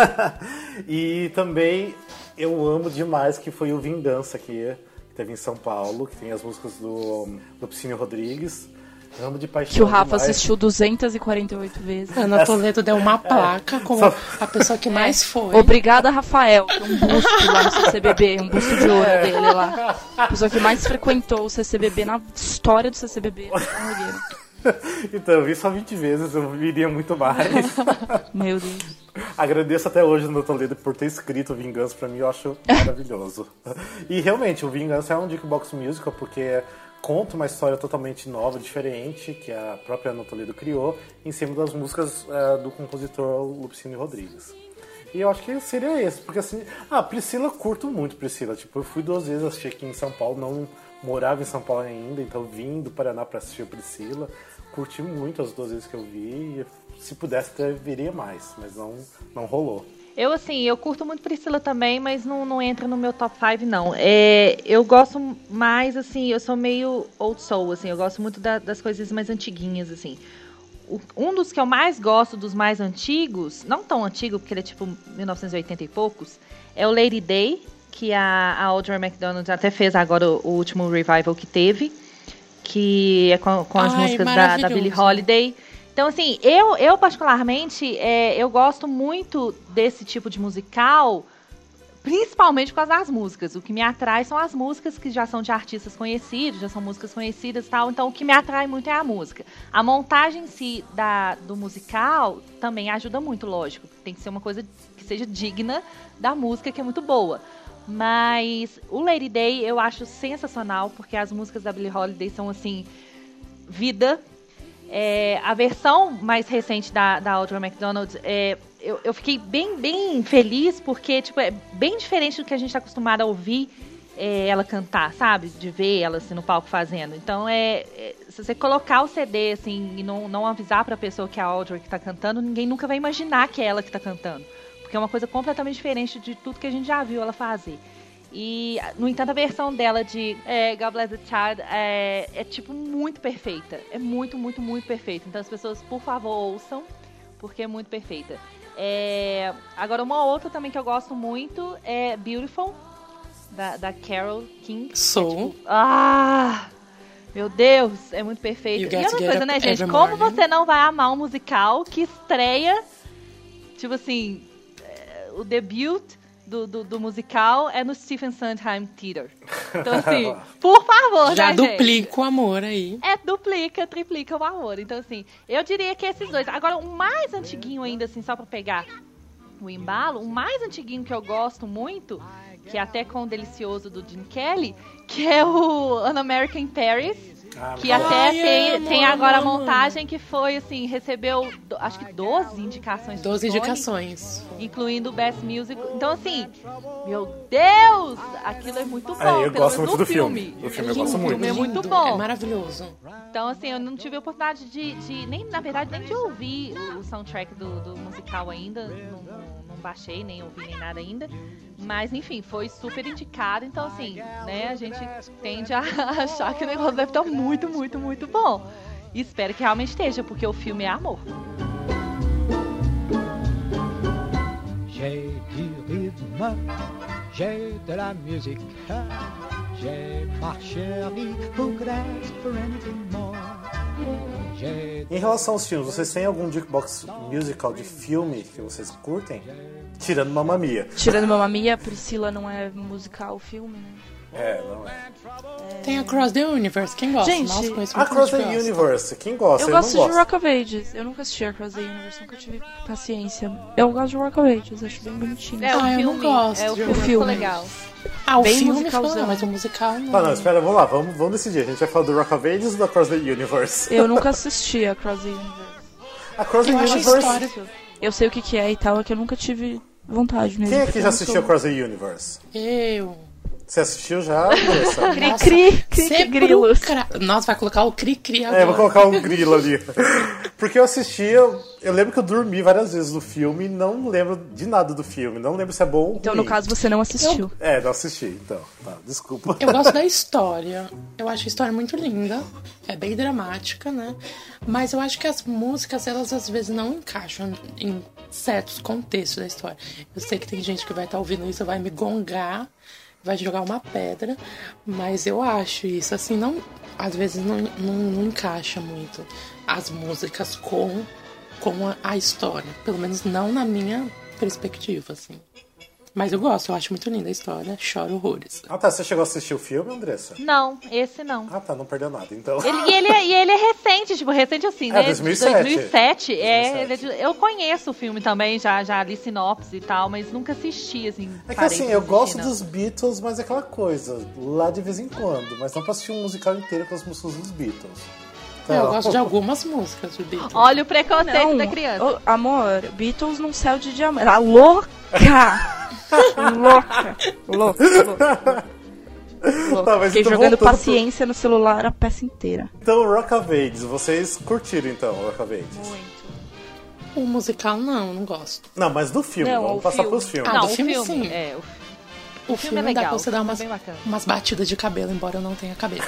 S3: E também eu amo demais, que foi o Vingança, que teve em São Paulo, que tem as músicas do Lupicínio Rodrigues. Amo de paixão.
S4: Que o Rafa
S3: demais.
S4: Assistiu 248 vezes.
S6: Ana Toledo deu uma placa como a pessoa que mais foi.
S4: Obrigada, Rafael. Tem um busto lá no CCBB, um busto de ouro dele lá. A pessoa que mais frequentou o CCBB na história do CCBB.
S3: Então, eu vi só 20 vezes, eu viria muito mais.
S4: Meu Deus.
S3: Agradeço até hoje no Toledo por ter escrito Vingança, pra mim eu acho maravilhoso. E realmente, o Vingança é um jukebox musical, porque conta uma história totalmente nova, diferente, que a própria Ana Toledo criou, em cima das músicas do compositor Lupicínio Rodrigues. E eu acho que seria esse, porque assim... Priscila, curto muito Priscila. Tipo, eu fui 2 vezes assistir aqui em São Paulo, não morava em São Paulo ainda, então vim do Paraná pra assistir a Priscila. Curti muito as 2 vezes que eu vi, e se pudesse até viria mais, mas não rolou.
S5: Eu, assim, eu curto muito Priscila também, mas não entra no meu top 5, não. Eu gosto mais, assim, eu sou meio old soul, assim, eu gosto muito das coisas mais antiguinhas, assim. Um dos que eu mais gosto, dos mais antigos, não tão antigo, porque ele é tipo 1980 e poucos, é o Lady Day, que a Audra McDonald até fez agora o último revival que teve, que é com as músicas da Billie Holiday. Então, assim, eu particularmente, eu gosto muito desse tipo de musical, principalmente por causa das músicas. O que me atrai são as músicas que já são de artistas conhecidos, já são músicas conhecidas e tal. Então, o que me atrai muito é a música. A montagem em si do musical também ajuda muito, lógico. Tem que ser uma coisa que seja digna da música, que é muito boa. Mas o Lady Day eu acho sensacional, porque as músicas da Billie Holiday são, assim, vida. A versão mais recente da Audra McDonald, eu fiquei bem feliz, porque tipo, é bem diferente do que a gente está acostumado a ouvir ela cantar, sabe? De ver ela assim, no palco fazendo. Então, se você colocar o CD assim, e não avisar para a pessoa que é a Audra que está cantando, ninguém nunca vai imaginar que é ela que está cantando. Porque é uma coisa completamente diferente de tudo que a gente já viu ela fazer. E, no entanto, a versão dela de God Bless the Child é tipo muito perfeita. É muito, muito, muito perfeita. Então as pessoas, por favor, ouçam, porque é muito perfeita. Agora, uma outra também que eu gosto muito é Beautiful, da Carole King.
S6: Soul.
S5: Meu Deus, é muito perfeita. E outra coisa, né, gente? Como você não vai amar um musical que estreia tipo assim, o debut do musical é no Stephen Sondheim Theater. Então, assim, por favor,
S6: já
S5: né,
S6: duplica
S5: gente?
S6: O amor aí.
S5: Triplica o amor. Então, assim, eu diria que esses dois. Agora, um mais antiguinho ainda, assim, só pra pegar o embalo, um mais antiguinho que eu gosto muito, que é até com o delicioso do Gene Kelly, que é o An American in Paris. Que até tem agora a montagem que foi, assim, recebeu, acho que 12 indicações.
S6: 12 indicações.
S5: Incluindo o Best Music. Então, assim, meu Deus! Aquilo é muito bom.
S3: Eu gosto muito do filme. O filme eu gosto muito.
S5: O filme é muito bom.
S6: É maravilhoso.
S5: Então, assim, eu não tive a oportunidade nem de ouvir o soundtrack do musical ainda. Não baixei, nem ouvi, nem nada ainda. Mas, enfim, foi super indicado. Então, assim, né, a gente tende a achar que o negócio deve estar muito, muito, muito bom. E espero que realmente esteja, porque o filme é amor.
S1: J'ai du rythme, j'ai de la musique, j'ai ma chérie, who could ask for anything more?
S3: Em relação aos filmes, vocês têm algum jukebox musical de filme que vocês curtem? Tirando Mamma Mia.
S4: Tirando Mamma Mia, Priscila não é musical filme, né?
S3: Não é.
S6: Tem Across the Universe, quem gosta?
S4: Gente,
S3: Across the Universe, quem gosta?
S4: Eu gosto de Rock of Ages. Eu nunca assisti Across the Universe, nunca tive paciência. Eu gosto de Rock of Ages, acho bem bonitinho.
S5: Eu não gosto.
S4: O filme
S5: legal.
S6: O
S4: bem
S6: filme ficou, mas o musical não.
S3: Não, espera, vamos lá, vamos decidir. A gente vai falar do Rock of Ages ou do Across the Universe?
S4: Eu nunca assisti Across the Universe.
S3: Across the Universe.
S4: Eu sei o que é e tal, é que eu nunca tive vontade mesmo.
S3: Quem aqui já assistiu Across the Universe?
S6: Eu.
S3: Você assistiu já?
S4: Cri, grilos.
S6: Nossa, vai colocar o cri-cri agora.
S3: Vou colocar um grilo ali. Porque eu assisti, eu lembro que eu dormi várias vezes no filme e não lembro de nada do filme. Não lembro se é bom ou ruim.
S4: Então, no caso, você não assistiu.
S3: Não assisti, então. Tá, desculpa.
S6: Eu gosto da história. Eu acho a história muito linda. É bem dramática, né? Mas eu acho que as músicas, elas às vezes não encaixam em certos contextos da história. Eu sei que tem gente que vai estar ouvindo isso, vai me gongar, vai jogar uma pedra, mas eu acho isso, assim, não, às vezes não encaixa muito as músicas com a história, pelo menos não na minha perspectiva, assim. Mas eu gosto, eu acho muito linda a história, choro horrores.
S3: Tá, você chegou a assistir o filme, Andressa?
S5: Não, esse não.
S3: Tá, não perdeu nada, então.
S5: Ele é recente, tipo, recente assim, né?
S3: 2007.
S5: Eu conheço o filme também, já li sinopse e tal, mas nunca assisti, assim.
S3: É que assim, eu gosto dos Beatles, mas é aquela coisa, lá de vez em quando, mas não pra assistir um musical inteiro com as músicas dos Beatles.
S6: Eu gosto de algumas músicas do Beatles.
S5: Olha o preconceito da criança.
S4: Amor, Beatles num céu de diamante. Tá louca! louca.
S3: Tá,
S4: Fiquei
S3: então
S4: jogando paciência no celular a peça inteira.
S3: Então, Rock of Ages, vocês curtiram então Rock of Ages?
S4: Muito.
S6: O musical não gosto.
S3: Não, mas do filme, vamos passar pros filmes.
S6: Do filme sim. O filme
S5: é legal,
S6: dá pra você dar umas batidas de cabelo, embora eu não tenha cabelo.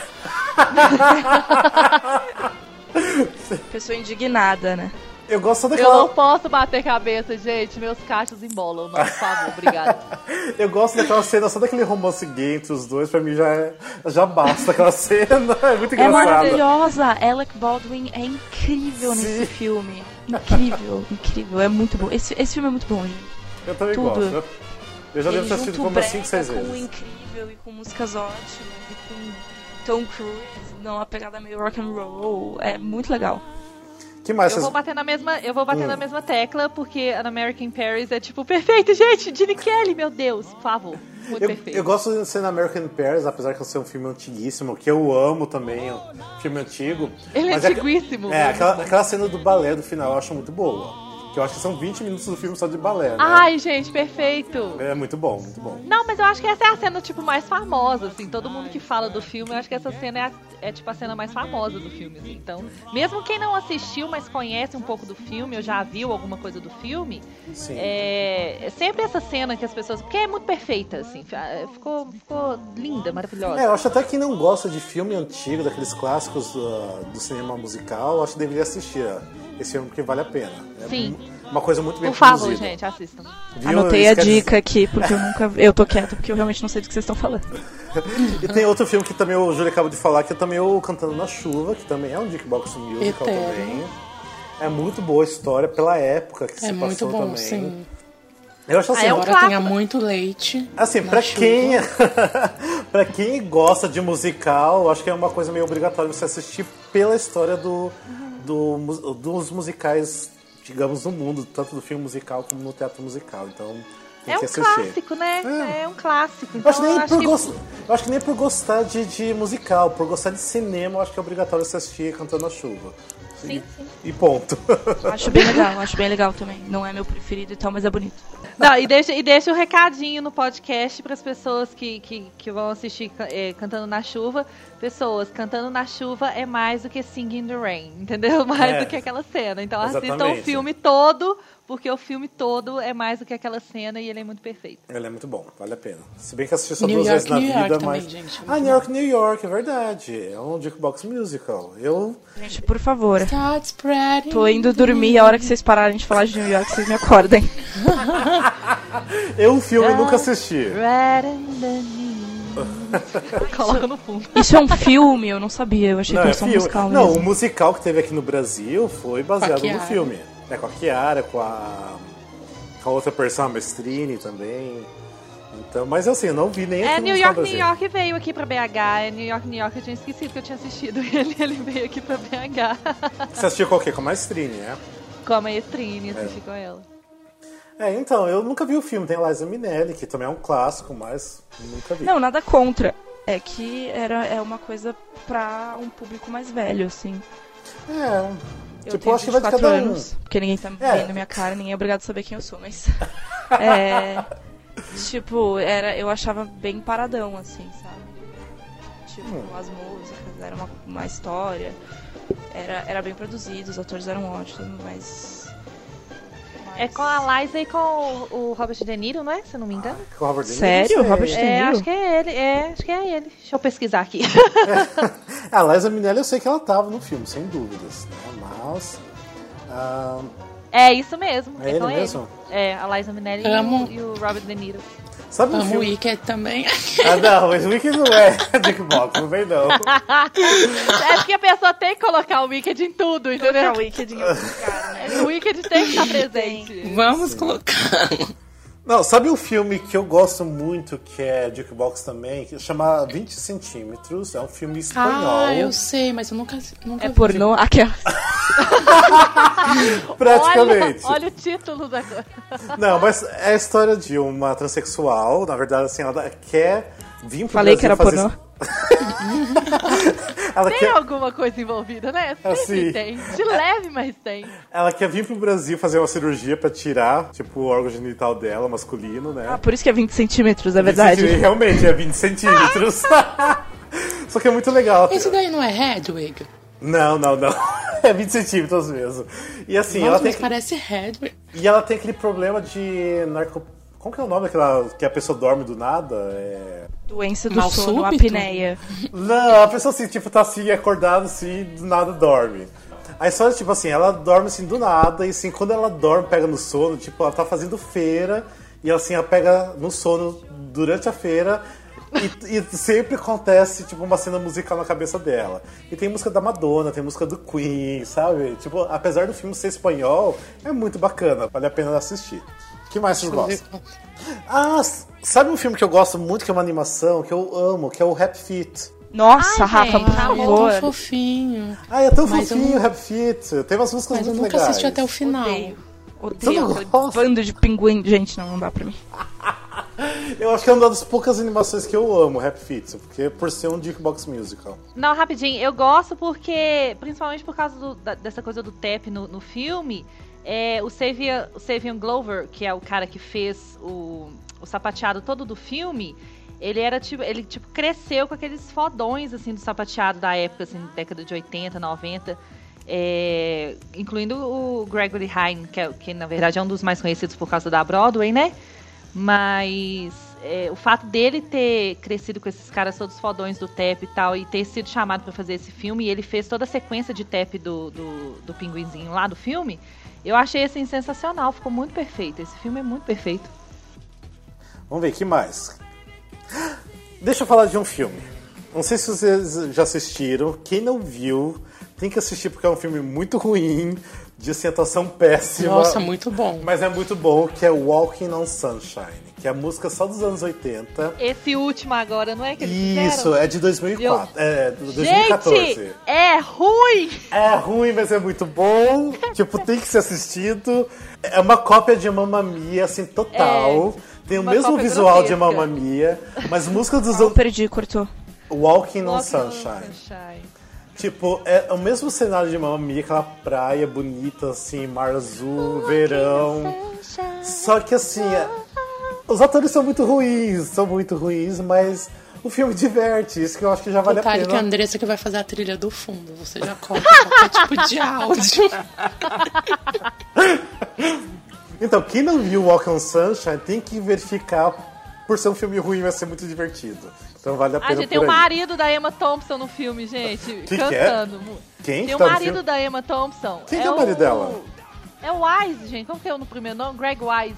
S4: Pessoa indignada, né?
S3: Eu gosto daquela...
S5: Eu não posso bater cabeça, gente. Meus cachos embolam, não, por favor, obrigada.
S3: Eu gosto daquela cena, só daquele romance gay entre os dois, pra mim já basta aquela cena. É muito engraçado.
S4: É maravilhosa. Alec Baldwin é incrível nesse filme. Incrível. É muito bom. Esse filme é muito bom, gente.
S3: Eu também gosto. Eu já devo ter assistido como 5, 6 vezes.
S4: Com incrível e com músicas ótimas e com Tom Cruise, numa pegada meio rock and roll. É muito legal.
S3: Que mais
S5: eu vou bater na mesma tecla, porque An American in Paris é tipo perfeito, gente. Gene Kelly, meu Deus, por favor. Muito perfeito.
S3: Eu gosto de ser An American in Paris, apesar de ser um filme antiguíssimo, que eu amo também, um filme antigo.
S5: Ele é antiguíssimo.
S3: Aquela cena do balé do final eu acho muito boa. Que eu acho que são 20 minutos do filme só de balé, né?
S5: Ai, gente, perfeito.
S3: É muito bom, muito bom.
S5: Não, mas eu acho que essa é a cena, tipo, mais famosa, assim. Todo mundo que fala do filme, eu acho que essa cena é tipo, a cena mais famosa do filme, assim. Então, mesmo quem não assistiu, mas conhece um pouco do filme, ou já viu alguma coisa do filme,
S3: sim.
S5: É sempre essa cena que as pessoas... Porque é muito perfeita, assim. Ficou linda, maravilhosa.
S3: Eu acho até que quem não gosta de filme antigo, daqueles clássicos do cinema musical, acho que deveria assistir esse filme, porque vale a pena.
S5: Sim.
S3: Uma coisa muito bem
S5: Por favor,
S3: produzida.
S5: gente, assistam.
S3: Viu?
S4: Anotei a dica aqui, porque eu tô quieta, porque eu realmente não sei do que vocês estão falando.
S3: E tem outro filme que também o Júlio acaba de falar, que é também o Cantando na Chuva, que também é um jukebox musical também. É muito boa a história pela época que se passou também. É muito bom,
S6: sim.
S3: Eu acho assim,
S6: agora tenha muito leite.
S3: Assim, pra quem gosta de musical, acho que é uma coisa meio obrigatória você assistir pela história dos musicais, digamos, no mundo, tanto do filme musical como no teatro musical. Então, tem que assistir.
S5: Clássico, né? É um clássico. Então,
S3: eu acho que nem por gostar de musical, por gostar de cinema, eu acho que é obrigatório você assistir Cantando na Chuva.
S5: Sim.
S3: E ponto.
S4: Acho bem legal também. Não é meu preferido e tal, mas é bonito.
S5: Não, e deixa um recadinho no podcast para as pessoas que vão assistir Cantando na Chuva. Pessoas, Cantando na Chuva é mais do que Singing in the Rain, entendeu? Mais do que aquela cena. Então assistam o filme todo, porque o filme todo é mais do que aquela cena e ele é muito perfeito.
S3: Ele é muito bom, vale a pena. Se bem que assisti só 2 vezes na vida, mas... Também, gente, New York, New York, é verdade. É um jukebox musical.
S4: Gente, por favor. Tô indo dormir, a hora que vocês pararem de falar de New York, vocês me acordem.
S3: Eu o filme nunca assisti.
S5: Coloca no fundo.
S4: Isso é um filme? Eu não sabia, eu achei que era um musical mesmo.
S3: Não, o musical que teve aqui no Brasil foi baseado no filme. Com a Chiara, com a outra pessoa, a Mestrini também. Então, mas assim, eu não vi nem aqui no Brasil.
S5: New York veio aqui pra BH. New York, eu tinha esquecido que eu tinha assistido ele veio aqui pra BH.
S3: Você assistiu com o quê? Com a Mestrini, né?
S5: Com a Mestrini, assisti com ela.
S3: Então, eu nunca vi o filme. Tem a Liza Minnelli, que também é um clássico, mas nunca vi.
S4: Não, nada contra. É que é uma coisa pra um público mais velho, assim.
S3: Eu tenho 24
S4: anos, porque ninguém tá me vendo minha cara, ninguém é obrigado a saber quem eu sou, mas... eu achava bem paradão, assim, sabe? As músicas, era uma história, era bem produzido, os atores eram ótimos, mas...
S5: É com a Liza e com o Robert De Niro, não é? Se eu não me engano.
S3: Com o Robert De Niro?
S4: Sério? Robert De Niro?
S5: Acho que é ele. Acho que é ele. Deixa eu pesquisar aqui.
S3: A Liza Minnelli, eu sei que ela tava no filme, sem dúvidas. Né? Mas...
S5: É isso mesmo.
S3: É ele mesmo?
S5: A Liza Minnelli e o Robert De Niro.
S3: Sabe
S6: o Wicked também.
S3: Não, mas o Wicked não é jukebox, não vem não.
S5: É porque a pessoa tem que colocar o Wicked em tudo, entendeu?
S4: O Wicked em algum lugar, né?
S5: O Wicked tem que estar presente.
S6: Vamos colocar.
S3: Não, sabe um filme que eu gosto muito, que é jukebox também, que chama 20 centímetros, é um filme espanhol.
S6: Eu sei, mas eu nunca
S4: vi. Pornô? Aquela.
S3: Praticamente.
S5: Olha o título da coisa.
S3: Não, mas é a história de uma transexual, na verdade, assim, ela quer vir pro
S4: Falei
S3: Brasil
S4: que era pornô.
S5: Tem alguma coisa envolvida, né? Sempre tem. De leve, mas tem.
S3: Ela quer vir pro Brasil fazer uma cirurgia pra tirar, o órgão genital dela, masculino, né?
S4: Por isso que é 20 centímetros, é verdade.
S3: Realmente, é 20 centímetros. Só que é muito legal.
S6: Isso daí não é Hedwig?
S3: Não. É 20 centímetros mesmo. E assim,
S6: Nossa,
S3: ela tem.
S6: Parece Hedwig.
S3: E ela tem aquele problema de Como que é o nome daquela que a pessoa dorme do nada?
S4: Doença do sono, apneia.
S3: Não, a pessoa assim, tá assim, acordada assim, do nada dorme. A história, assim, ela dorme assim do nada, e assim, quando ela dorme, pega no sono, ela tá fazendo feira, e assim, ela pega no sono durante a feira, e sempre acontece, uma cena musical na cabeça dela. E tem música da Madonna, tem música do Queen, sabe? Apesar do filme ser espanhol, é muito bacana, vale a pena assistir. O que mais vocês gostam? Sabe um filme que eu gosto muito, que é uma animação, que eu amo, que é o Happy Feet.
S4: Nossa, Rafa, por favor.
S6: É tão fofinho.
S3: É tão fofinho o Happy Feet. Tem umas músicas muito legais. Mas eu nunca
S6: assisti até o final.
S4: Odeio aquele bando de pinguim. Gente, não dá pra mim.
S3: Eu acho que é uma das poucas animações que eu amo, Happy Feet, porque por ser um jukebox musical.
S5: Não, rapidinho, eu gosto porque, principalmente por causa dessa coisa do tap no filme, o Savion Glover, que é o cara que fez o sapateado todo do filme, ele cresceu com aqueles fodões, assim, do sapateado da época, assim, década de 80, 90, incluindo o Gregory Hine, que na verdade é um dos mais conhecidos por causa da Broadway, né? Mas o fato dele ter crescido com esses caras todos fodões do tap e tal, e ter sido chamado pra fazer esse filme, e ele fez toda a sequência de tap do pinguinzinho lá do filme, eu achei, assim, sensacional, ficou muito perfeito. Esse filme é muito perfeito.
S3: Vamos ver, que mais? Deixa eu falar de um filme. Não sei se vocês já assistiram. Quem não viu, tem que assistir porque é um filme muito ruim, de atuação péssima.
S6: Nossa, muito bom.
S3: Mas é muito bom, que é Walking on Sunshine, que é a música só dos anos 80.
S5: Esse último agora, não é que eles
S3: Isso,
S5: fizeram?
S3: É de 2004. É, 2014.
S5: Gente, é ruim!
S3: É ruim, mas é muito bom. Tipo, tem que ser assistido. É uma cópia de Mamma Mia, assim, total. Tem o mesmo visual de Mamma Mia, mas música dos anos...
S4: Perdi, cortou.
S3: Walking on Sunshine. Tipo, é o mesmo cenário de Mamma Mia, aquela praia bonita, assim, mar azul, verão. Só que, assim, os atores são muito ruins, mas o filme diverte. Isso que eu acho que já vale a pena.
S6: Que a Andressa que vai fazer a trilha do fundo. Você já corta qualquer tipo de áudio.
S3: Então, quem não viu Walking on Sunshine tem que verificar. Por ser um filme ruim, vai ser muito divertido. Então vale a pena.
S5: Gente, tem o marido da Emma Thompson no filme, gente. Cantando.
S3: Quem?
S5: Tem o marido da Emma Thompson.
S3: Quem é o marido dela?
S5: É o Wise, gente. Como que é o primeiro nome? Greg Wise.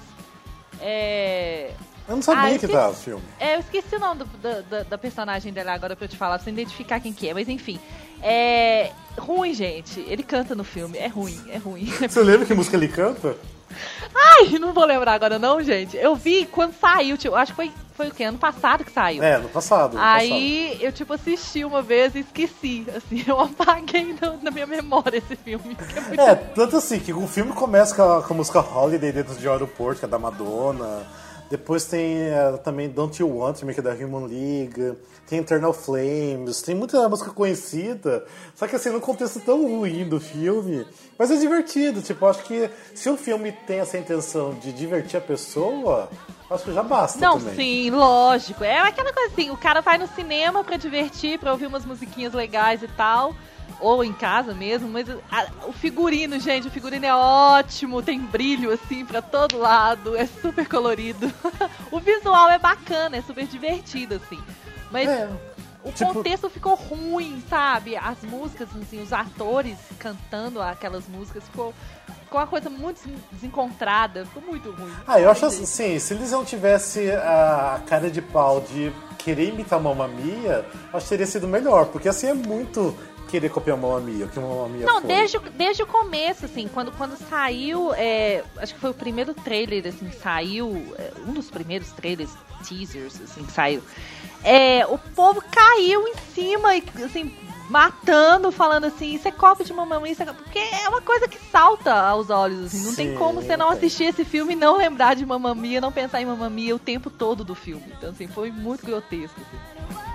S3: Eu não sabia que tava o filme.
S5: Eu esqueci o nome da personagem dela agora pra eu te falar, pra você identificar quem que é. Mas enfim. É ruim, gente. Ele canta no filme. É ruim.
S3: Você lembra que música ele canta?
S5: Ai, não vou lembrar agora não, gente. Eu vi quando saiu, tipo, acho que foi o quê? Ano passado que saiu.
S3: Ano passado.
S5: Aí eu, tipo, assisti uma vez e esqueci. Assim, eu apaguei na minha memória esse filme.
S3: Tanto assim, que o filme começa com a música Holiday dentro de Aeroporto, que é da Madonna. Depois tem também Don't You Want Me, que é da Human League. Tem Eternal Flames. Tem muita música conhecida. Só que assim, num contexto tão ruim do filme. Mas é divertido. Tipo, acho que se o filme tem essa intenção de divertir a pessoa, acho que já basta.
S5: Não,
S3: também.
S5: Sim, lógico. É aquela coisa assim, o cara vai no cinema pra divertir, pra ouvir umas musiquinhas legais e tal. Ou em casa mesmo, mas o figurino, gente, o figurino é ótimo, tem brilho assim pra todo lado, é super colorido. O visual é bacana, é super divertido, assim. Mas o contexto ficou ruim, sabe? As músicas, assim, os atores cantando aquelas músicas, ficou uma coisa muito desencontrada, ficou muito ruim.
S3: Eu acho assim, se eles não tivessem a cara de pau de querer imitar Mamma Mia, acho que teria sido melhor, porque assim é muito... querer copiar Mamma Mia, que Mamma Mia
S5: não,
S3: foi.
S5: desde o começo, assim, quando saiu, acho que foi o primeiro trailer, assim, que saiu, um dos primeiros trailers, teasers, assim, que saiu, o povo caiu em cima, assim, matando, falando assim, isso é cópia de Mamma Mia, porque é uma coisa que salta aos olhos, assim, não tem como você não assistir esse filme e não lembrar de Mamma Mia, não pensar em Mamma Mia o tempo todo do filme, então, assim, foi muito grotesco, assim.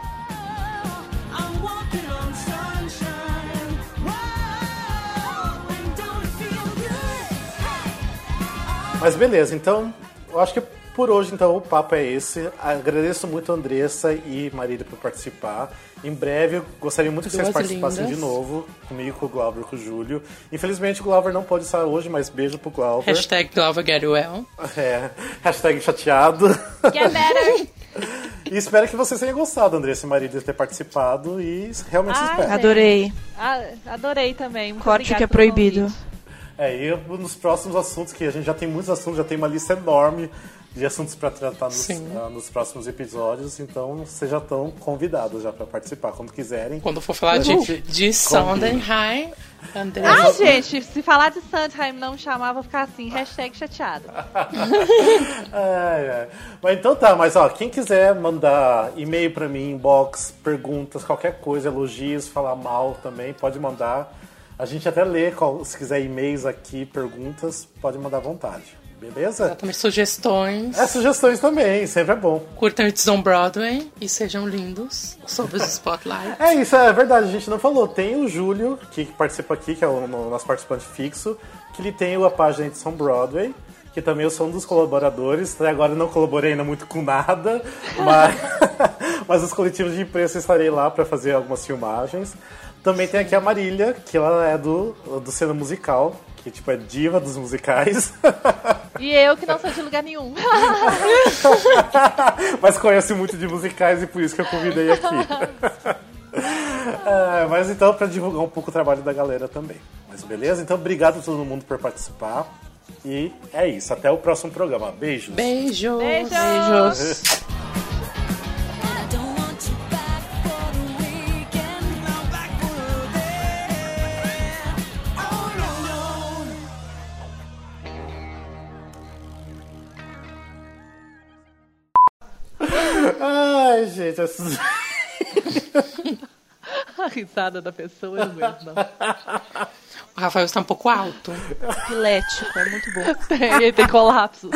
S3: Mas beleza, então, eu acho que por hoje, então, o papo é esse. Agradeço muito a Andressa e Marília por participar. Em breve, eu gostaria muito que vocês participassem de novo, comigo, com o Glauber e com o Júlio. Infelizmente, o Glauber não pode estar hoje, mas beijo pro Glauber.
S6: Hashtag Glauber get well.
S3: Hashtag chateado.
S5: Get better.
S3: E espero que vocês tenham gostado, Andressa e Marília, de ter participado. E realmente espero.
S4: Adorei.
S5: Adorei também. Muito
S4: Corte que é proibido.
S3: E nos próximos assuntos, que a gente já tem muitos assuntos, já tem uma lista enorme de assuntos para tratar nos próximos episódios, então vocês já estão convidados já para participar, quando quiserem.
S6: Quando for falar de Sondheim,
S5: gente, se falar de Sondheim não chamar, vou ficar assim, hashtag chateado.
S3: Mas então tá, mas quem quiser mandar e-mail para mim, inbox, perguntas, qualquer coisa, elogios, falar mal também, pode mandar. A gente até lê, se quiser e-mails aqui, perguntas, pode mandar à vontade. Beleza?
S6: Exatamente, sugestões.
S3: Sugestões também, sempre é bom.
S6: Curtam It's on Broadway e sejam lindos sob os spotlights.
S3: Isso é verdade, a gente não falou. Tem o Júlio, que participa aqui, que é o nosso participante fixo, que ele tem a página It's on Broadway, que também eu sou um dos colaboradores. Até agora eu não colaborei ainda muito com nada, mas os coletivos de imprensa eu estarei lá para fazer algumas filmagens. Também tem aqui a Marília, que ela é do Cena Musical, que tipo é diva dos musicais.
S5: E eu que não sou de lugar nenhum.
S3: Mas conhece muito de musicais e por isso que eu convidei aqui. Mas então, para divulgar um pouco o trabalho da galera também. Mas beleza? Então, obrigado a todo mundo por participar. E é isso. Até o próximo programa. Beijos.
S6: Beijos.
S5: Beijos.
S3: Ai, gente.
S5: A risada da pessoa, eu não aguento, não.
S6: O Rafael está um pouco alto.
S4: Epilético, é muito bom.
S5: Ele tem colapso.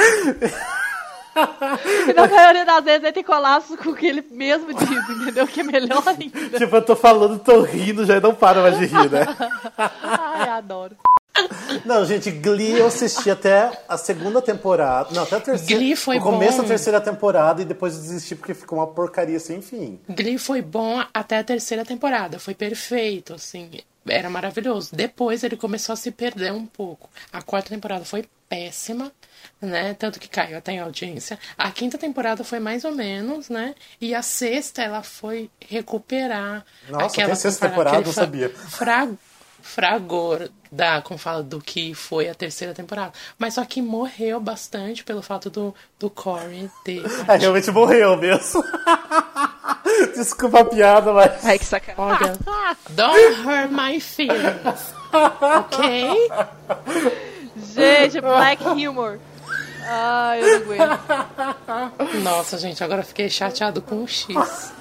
S5: E na maioria das vezes ele tem colapso com o que ele mesmo diz, entendeu? Que é melhor ainda.
S3: Tipo, eu tô falando, tô rindo, já não paro mais de rir, né?
S5: Ai, adoro.
S3: Não, gente, Glee eu assisti até a segunda temporada. Não, até a terceira.
S6: Glee foi
S3: bom. O começo
S6: bom.
S3: da terceira temporada e depois eu desisti porque ficou uma porcaria sem fim.
S6: Glee foi bom até a terceira temporada. Foi perfeito, assim. Era maravilhoso. Depois ele começou a se perder um pouco. A quarta temporada foi péssima, né? Tanto que caiu até em audiência. A quinta temporada foi mais ou menos, né? E a sexta, ela foi recuperar.
S3: Nossa, tem sexta temporada? Não sabia.
S6: Fragor como fala, do que foi a terceira temporada. Mas só que morreu bastante pelo fato do Corey ter...
S3: realmente morreu mesmo. Desculpa a piada, mas...
S4: Ai, que sacanagem.
S6: Olha, don't hurt my feelings. Ok?
S5: Gente, black humor. Ai, eu não aguento.
S6: Nossa, gente, agora eu fiquei chateado com o X.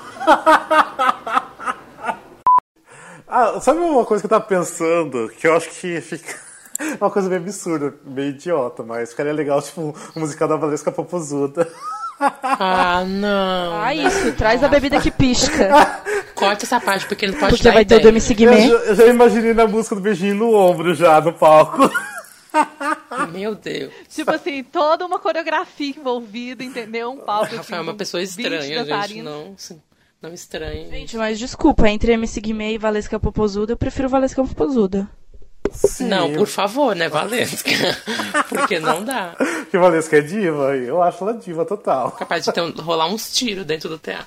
S3: Sabe uma coisa que eu tava pensando? Que eu acho que fica uma coisa meio absurda, meio idiota, mas ficaria legal, tipo, o musical da Valesca Popozuda.
S6: Ah, não.
S4: Ah, isso, traz a bebida que pisca.
S6: Corta essa parte, porque não pode
S4: Porque
S6: dar
S4: vai ter o
S6: ideia.
S4: do MC Guimê.
S3: Eu já imaginei na música do beijinho no ombro já, no palco.
S6: Meu Deus.
S5: Tipo assim, toda uma coreografia envolvida, entendeu? Um palco.
S6: Rafael é uma pessoa estranha, gente. Não estranhe.
S4: Gente, mas desculpa, entre MC Guimê e Valesca Popozuda, eu prefiro Valesca Popozuda.
S3: Sim.
S6: Não, por favor, né, Valesca? Porque não dá.
S3: Que Valesca é diva, eu acho ela diva total.
S6: Capaz de rolar uns tiros dentro do teatro.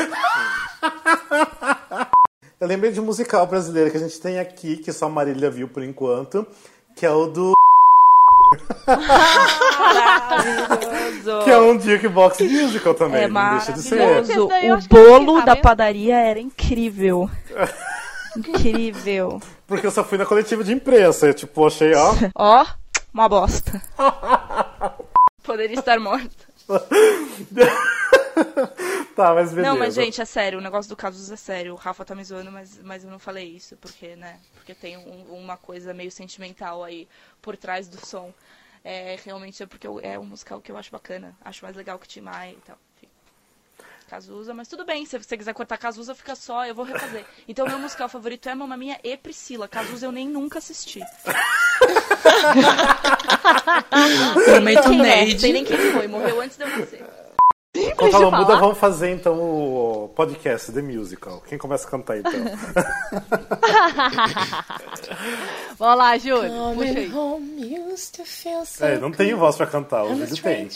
S3: Eu lembrei de um musical brasileiro que a gente tem aqui, que só a Marília viu por enquanto, que é o do... que é um Jukebox Musical também,
S4: É
S3: não deixa de ser.
S4: maravilhoso.
S5: Eu
S4: O
S5: acho que eu
S4: bolo
S5: fiquei
S4: da
S5: sabendo.
S4: padaria era incrível. Incrível.
S3: Porque eu só fui na coletiva de imprensa, eu tipo, achei, ó...
S4: Ó, uma bosta. Poderia estar morta.
S3: Tá, mas beleza.
S4: Não, mas gente, é sério, o negócio do Cazuza é sério. O Rafa tá me zoando, mas eu não falei isso, porque, né? Porque tem uma coisa meio sentimental aí por trás do som. Realmente é porque é um musical que eu acho bacana. Acho mais legal que Tim Maia e tal. Enfim. Cazuza, mas tudo bem, se você quiser cortar Cazuza, fica só, eu vou refazer. Então, meu musical favorito é Mamma Mia e Priscila. Cazuza eu nem nunca assisti.
S6: Prometo
S4: Não
S6: Neide.
S4: sei nem quem foi, morreu antes de eu nascer.
S3: Quando ela muda, vamos fazer então o podcast The Musical. Quem começa a cantar então?
S5: Vamos lá, Júlio. Puxa aí.
S3: Não tenho voz pra cantar, o Júlio tem.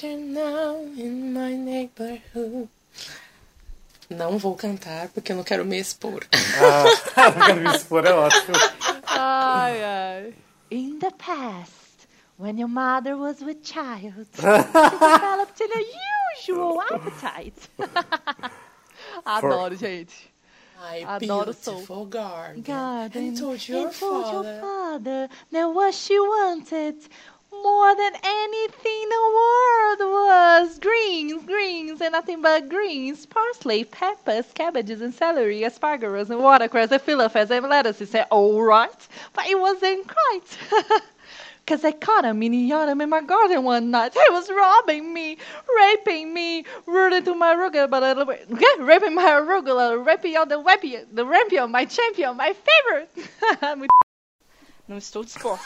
S6: Não vou cantar porque eu não quero me expor.
S3: Não quero me expor, é ótimo.
S5: Ai, ai. In the past, when your mother was with child, she developed an unusual appetite. Adoro, gente. Adoro o som.
S6: Beautiful garden.
S5: And
S6: told your
S5: father that what she wanted more than anything in the world was greens, and nothing but greens, parsley, peppers, cabbages, and celery, asparagus, and watercress, and phylloxera, and lettuce. He said, all right, but it wasn't quite. Because I caught him in the autumn in my garden one night. He was robbing me, raping me, rooting to my arugula, raping my arugula, raping on the rampion, my champion, my favorite.
S4: Não estou disposta.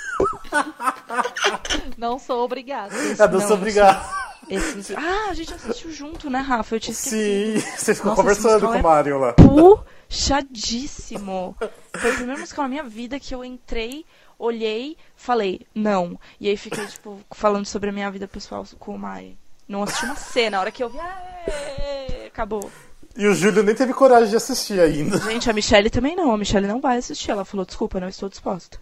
S5: Não sou obrigada.
S3: Não sou obrigado.
S4: A gente assistiu junto, né, Rafa? Eu tinha esquecido.
S3: Sim, você ficou conversando com o Mário lá.
S4: Puxadíssimo. Foi o primeiro musical na minha vida que eu entrei, olhei, falei, não. E aí fiquei, tipo, falando sobre a minha vida pessoal com o Mai. Não assisti uma cena, a hora que eu vi, acabou.
S3: E o Júlio nem teve coragem de assistir ainda.
S4: Gente, a Michelle também não. A Michelle não vai assistir. Ela falou, desculpa, não estou disposta.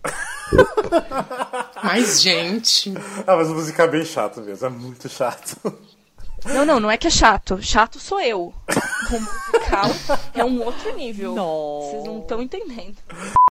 S6: Mas, gente...
S3: Mas o musical é bem chato mesmo. É muito chato.
S4: Não é que é chato. Chato sou eu. O musical é um outro nível.
S5: Não.
S4: Vocês não estão entendendo.